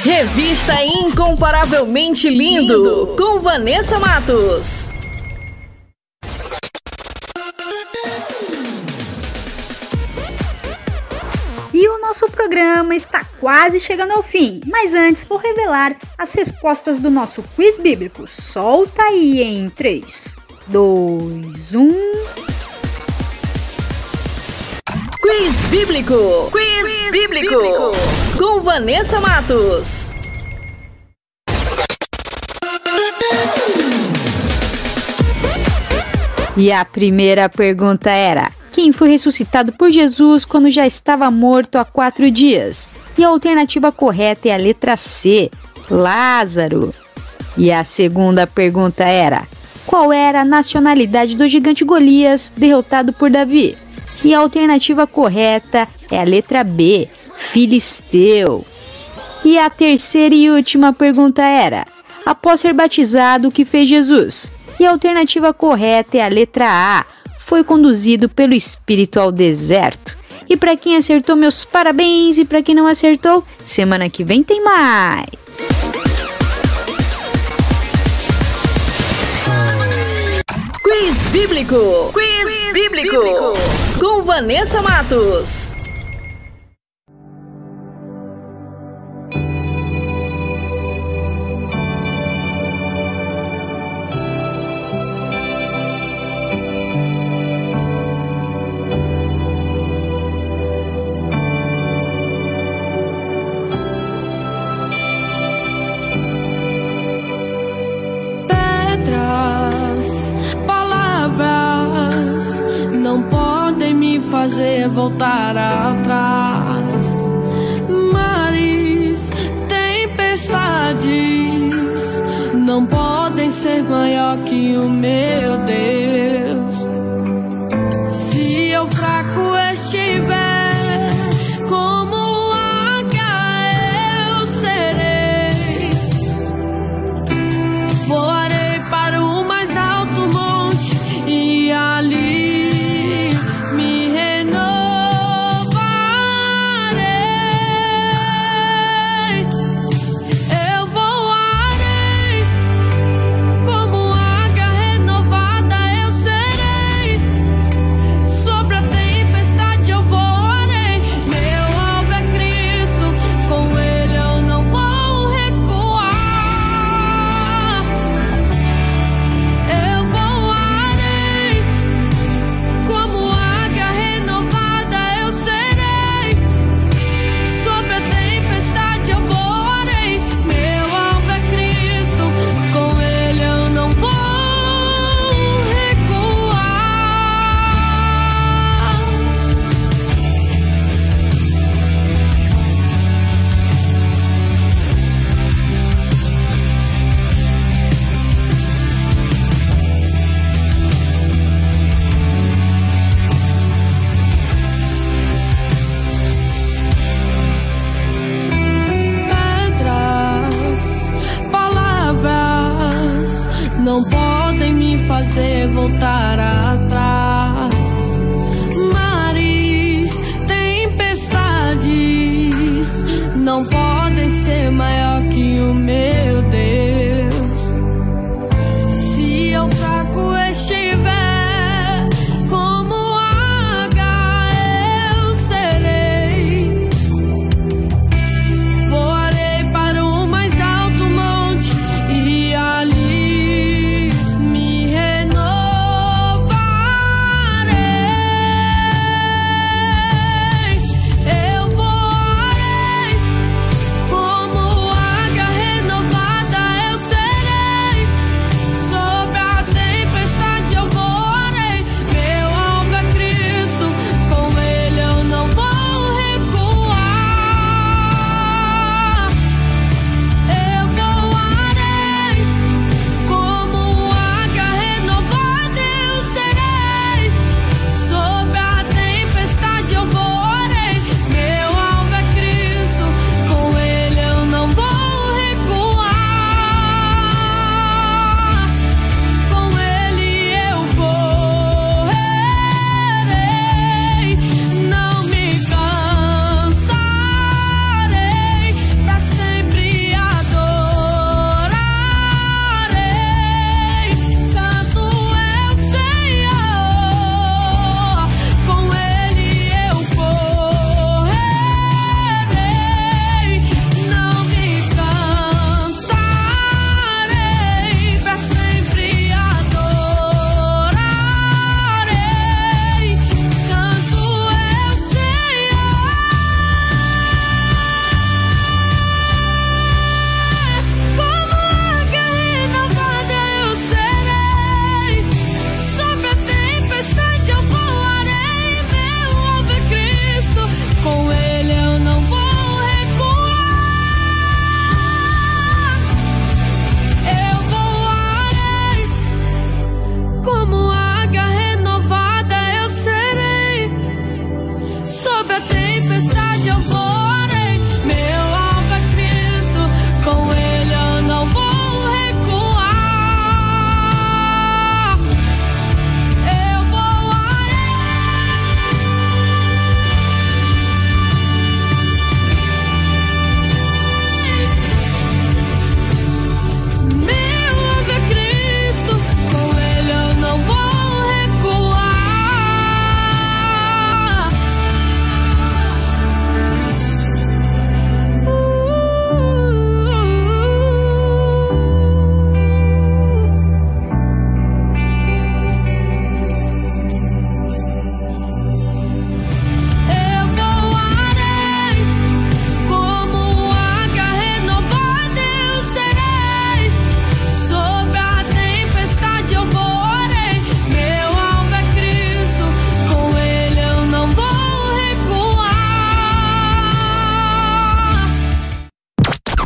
Revista Incomparavelmente Lindo, Lindo. com Vanessa Matos. E o nosso programa está quase chegando ao fim, mas antes vou revelar as respostas do nosso quiz bíblico. Solta aí em três, dois, um... Quiz Bíblico! Quiz, quiz bíblico. bíblico! Com Vanessa Matos. E a primeira pergunta era: quem foi ressuscitado por Jesus quando já estava morto há quatro dias? E a alternativa correta é a letra C, Lázaro. E a segunda pergunta era: qual era a nacionalidade do gigante Golias derrotado por Davi? E a alternativa correta é a letra B, Filisteu. E a terceira e última pergunta era: após ser batizado, o que fez Jesus? E a alternativa correta é a letra A, foi conduzido pelo Espírito ao deserto. E para quem acertou, meus parabéns, e para quem não acertou, semana que vem tem mais. Quiz Bíblico! Quiz, Quiz bíblico. bíblico! Com Vanessa Matos. Fazer voltar atrás, mares, tempestades não podem ser maior que o meu Deus. Se eu fraco estiver, como águia eu serei. Voarei para o mais alto monte e ali não podem me fazer voltar atrás. Mares, tempestades não podem ser maior que o meu Deus. Se eu fraco estiver, como águia eu serei. Voarei para o mais alto monte e ali renovada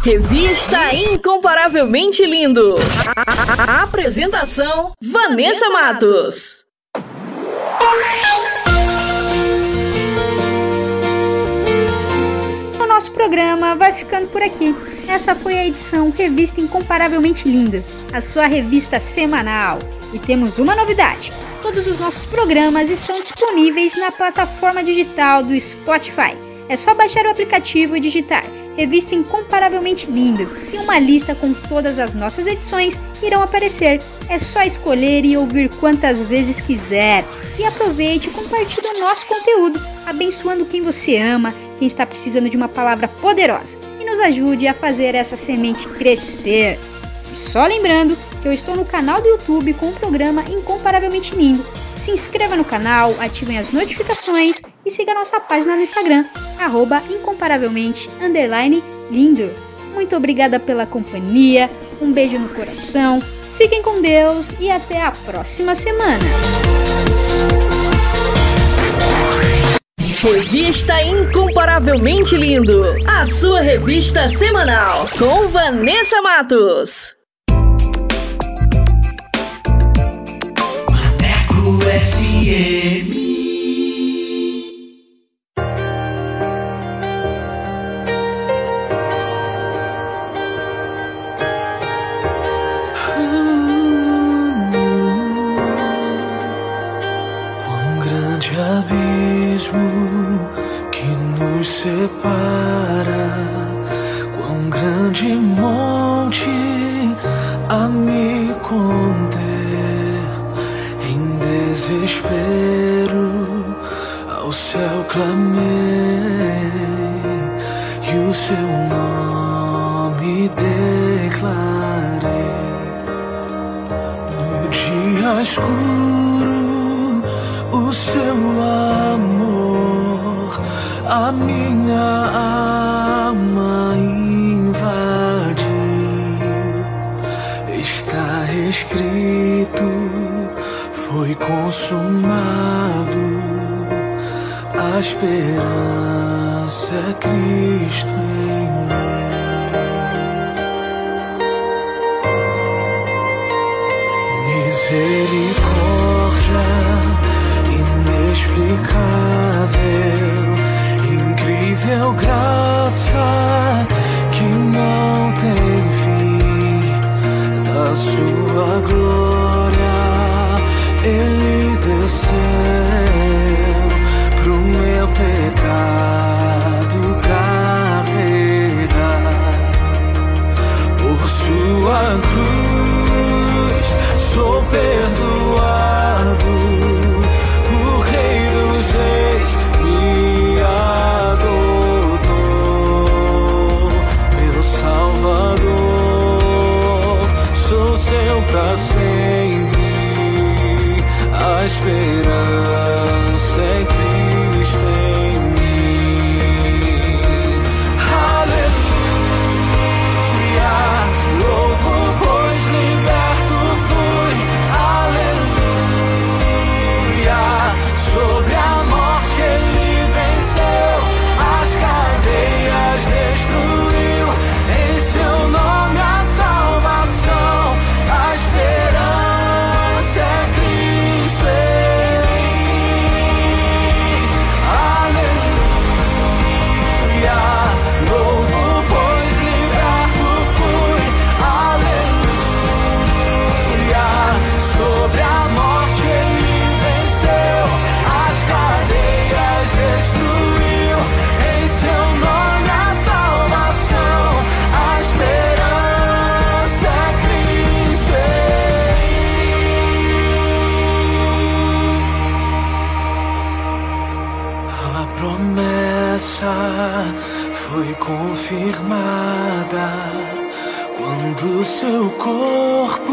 Revista Incomparavelmente Lindo. A, a apresentação: Vanessa Matos. O nosso programa vai ficando por aqui. Essa foi a edição Revista Incomparavelmente Linda, a sua revista semanal. E temos uma novidade: todos os nossos programas estão disponíveis na plataforma digital do Spotify. É só baixar o aplicativo e digitar Revista Incomparavelmente Linda e uma lista com todas as nossas edições irão aparecer. É só escolher e ouvir quantas vezes quiser. E aproveite e compartilhe o nosso conteúdo, abençoando quem você ama, quem está precisando de uma palavra poderosa. E nos ajude a fazer essa semente crescer. E só lembrando que eu estou no canal do YouTube com o programa Incomparavelmente Lindo. Se inscreva no canal, ativem as notificações e siga nossa página no Instagram, arroba incomparavelmente underline lindo. Muito obrigada pela companhia, um beijo no coração, fiquem com Deus e até a próxima semana. Revista Incomparavelmente Lindo, a sua revista semanal, com Vanessa Matos. Maneco F M. Quão grande abismo que nos separa, quão grande monte a me conter. Em desespero ao céu clamei e o seu nome declarei. No dia escuro o seu amor a minha alma invadiu. Está escrito, foi consumado, a esperança é Cristo em mim. Misericórdia inexplicável, incrível graça que não tem fim, da sua glória Ele desceu pro meu pecado carregar. Por sua cruz sou perdoado, o Rei dos Reis me adotou. Meu Salvador, sou seu pra sempre. A esperança é Cristo em mim. Aleluia, louvo, pois liberto fui. Aleluia, sobre a morte Ele venceu, as cadeias destruiu. Em seu nome a salvação, a esperança é Cristo em mim. Aleluia, louvo, pois liberto fui. Aleluia, sobre a morte Ele venceu, as cadeias destruiu. Em seu nome a salvação, a esperança é Cristo em mim. A promessa foi confirmada quando seu corpo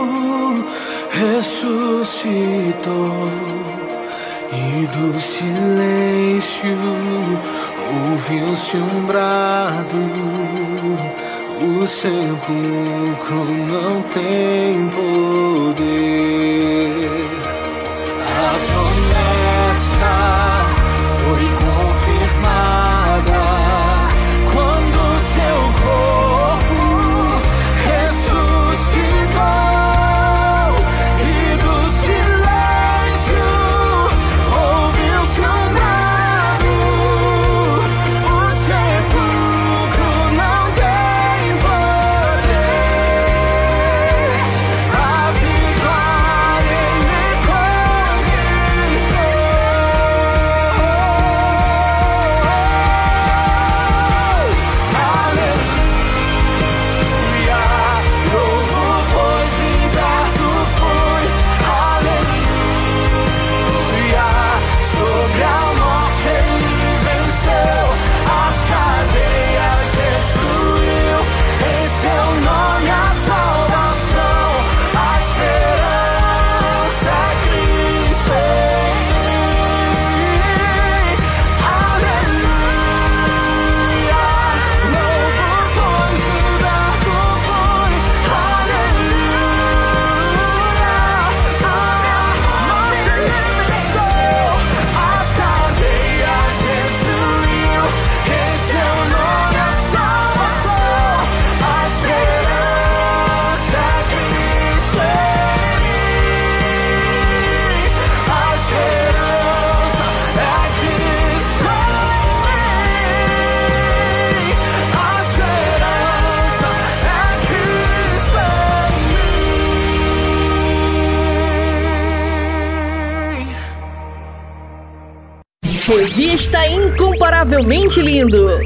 ressuscitou, e do silêncio ouviu-se um brado: o sepulcro não tem poder. A promessa foi confirmada quando seu corpo Revista Incomparavelmente Lindo.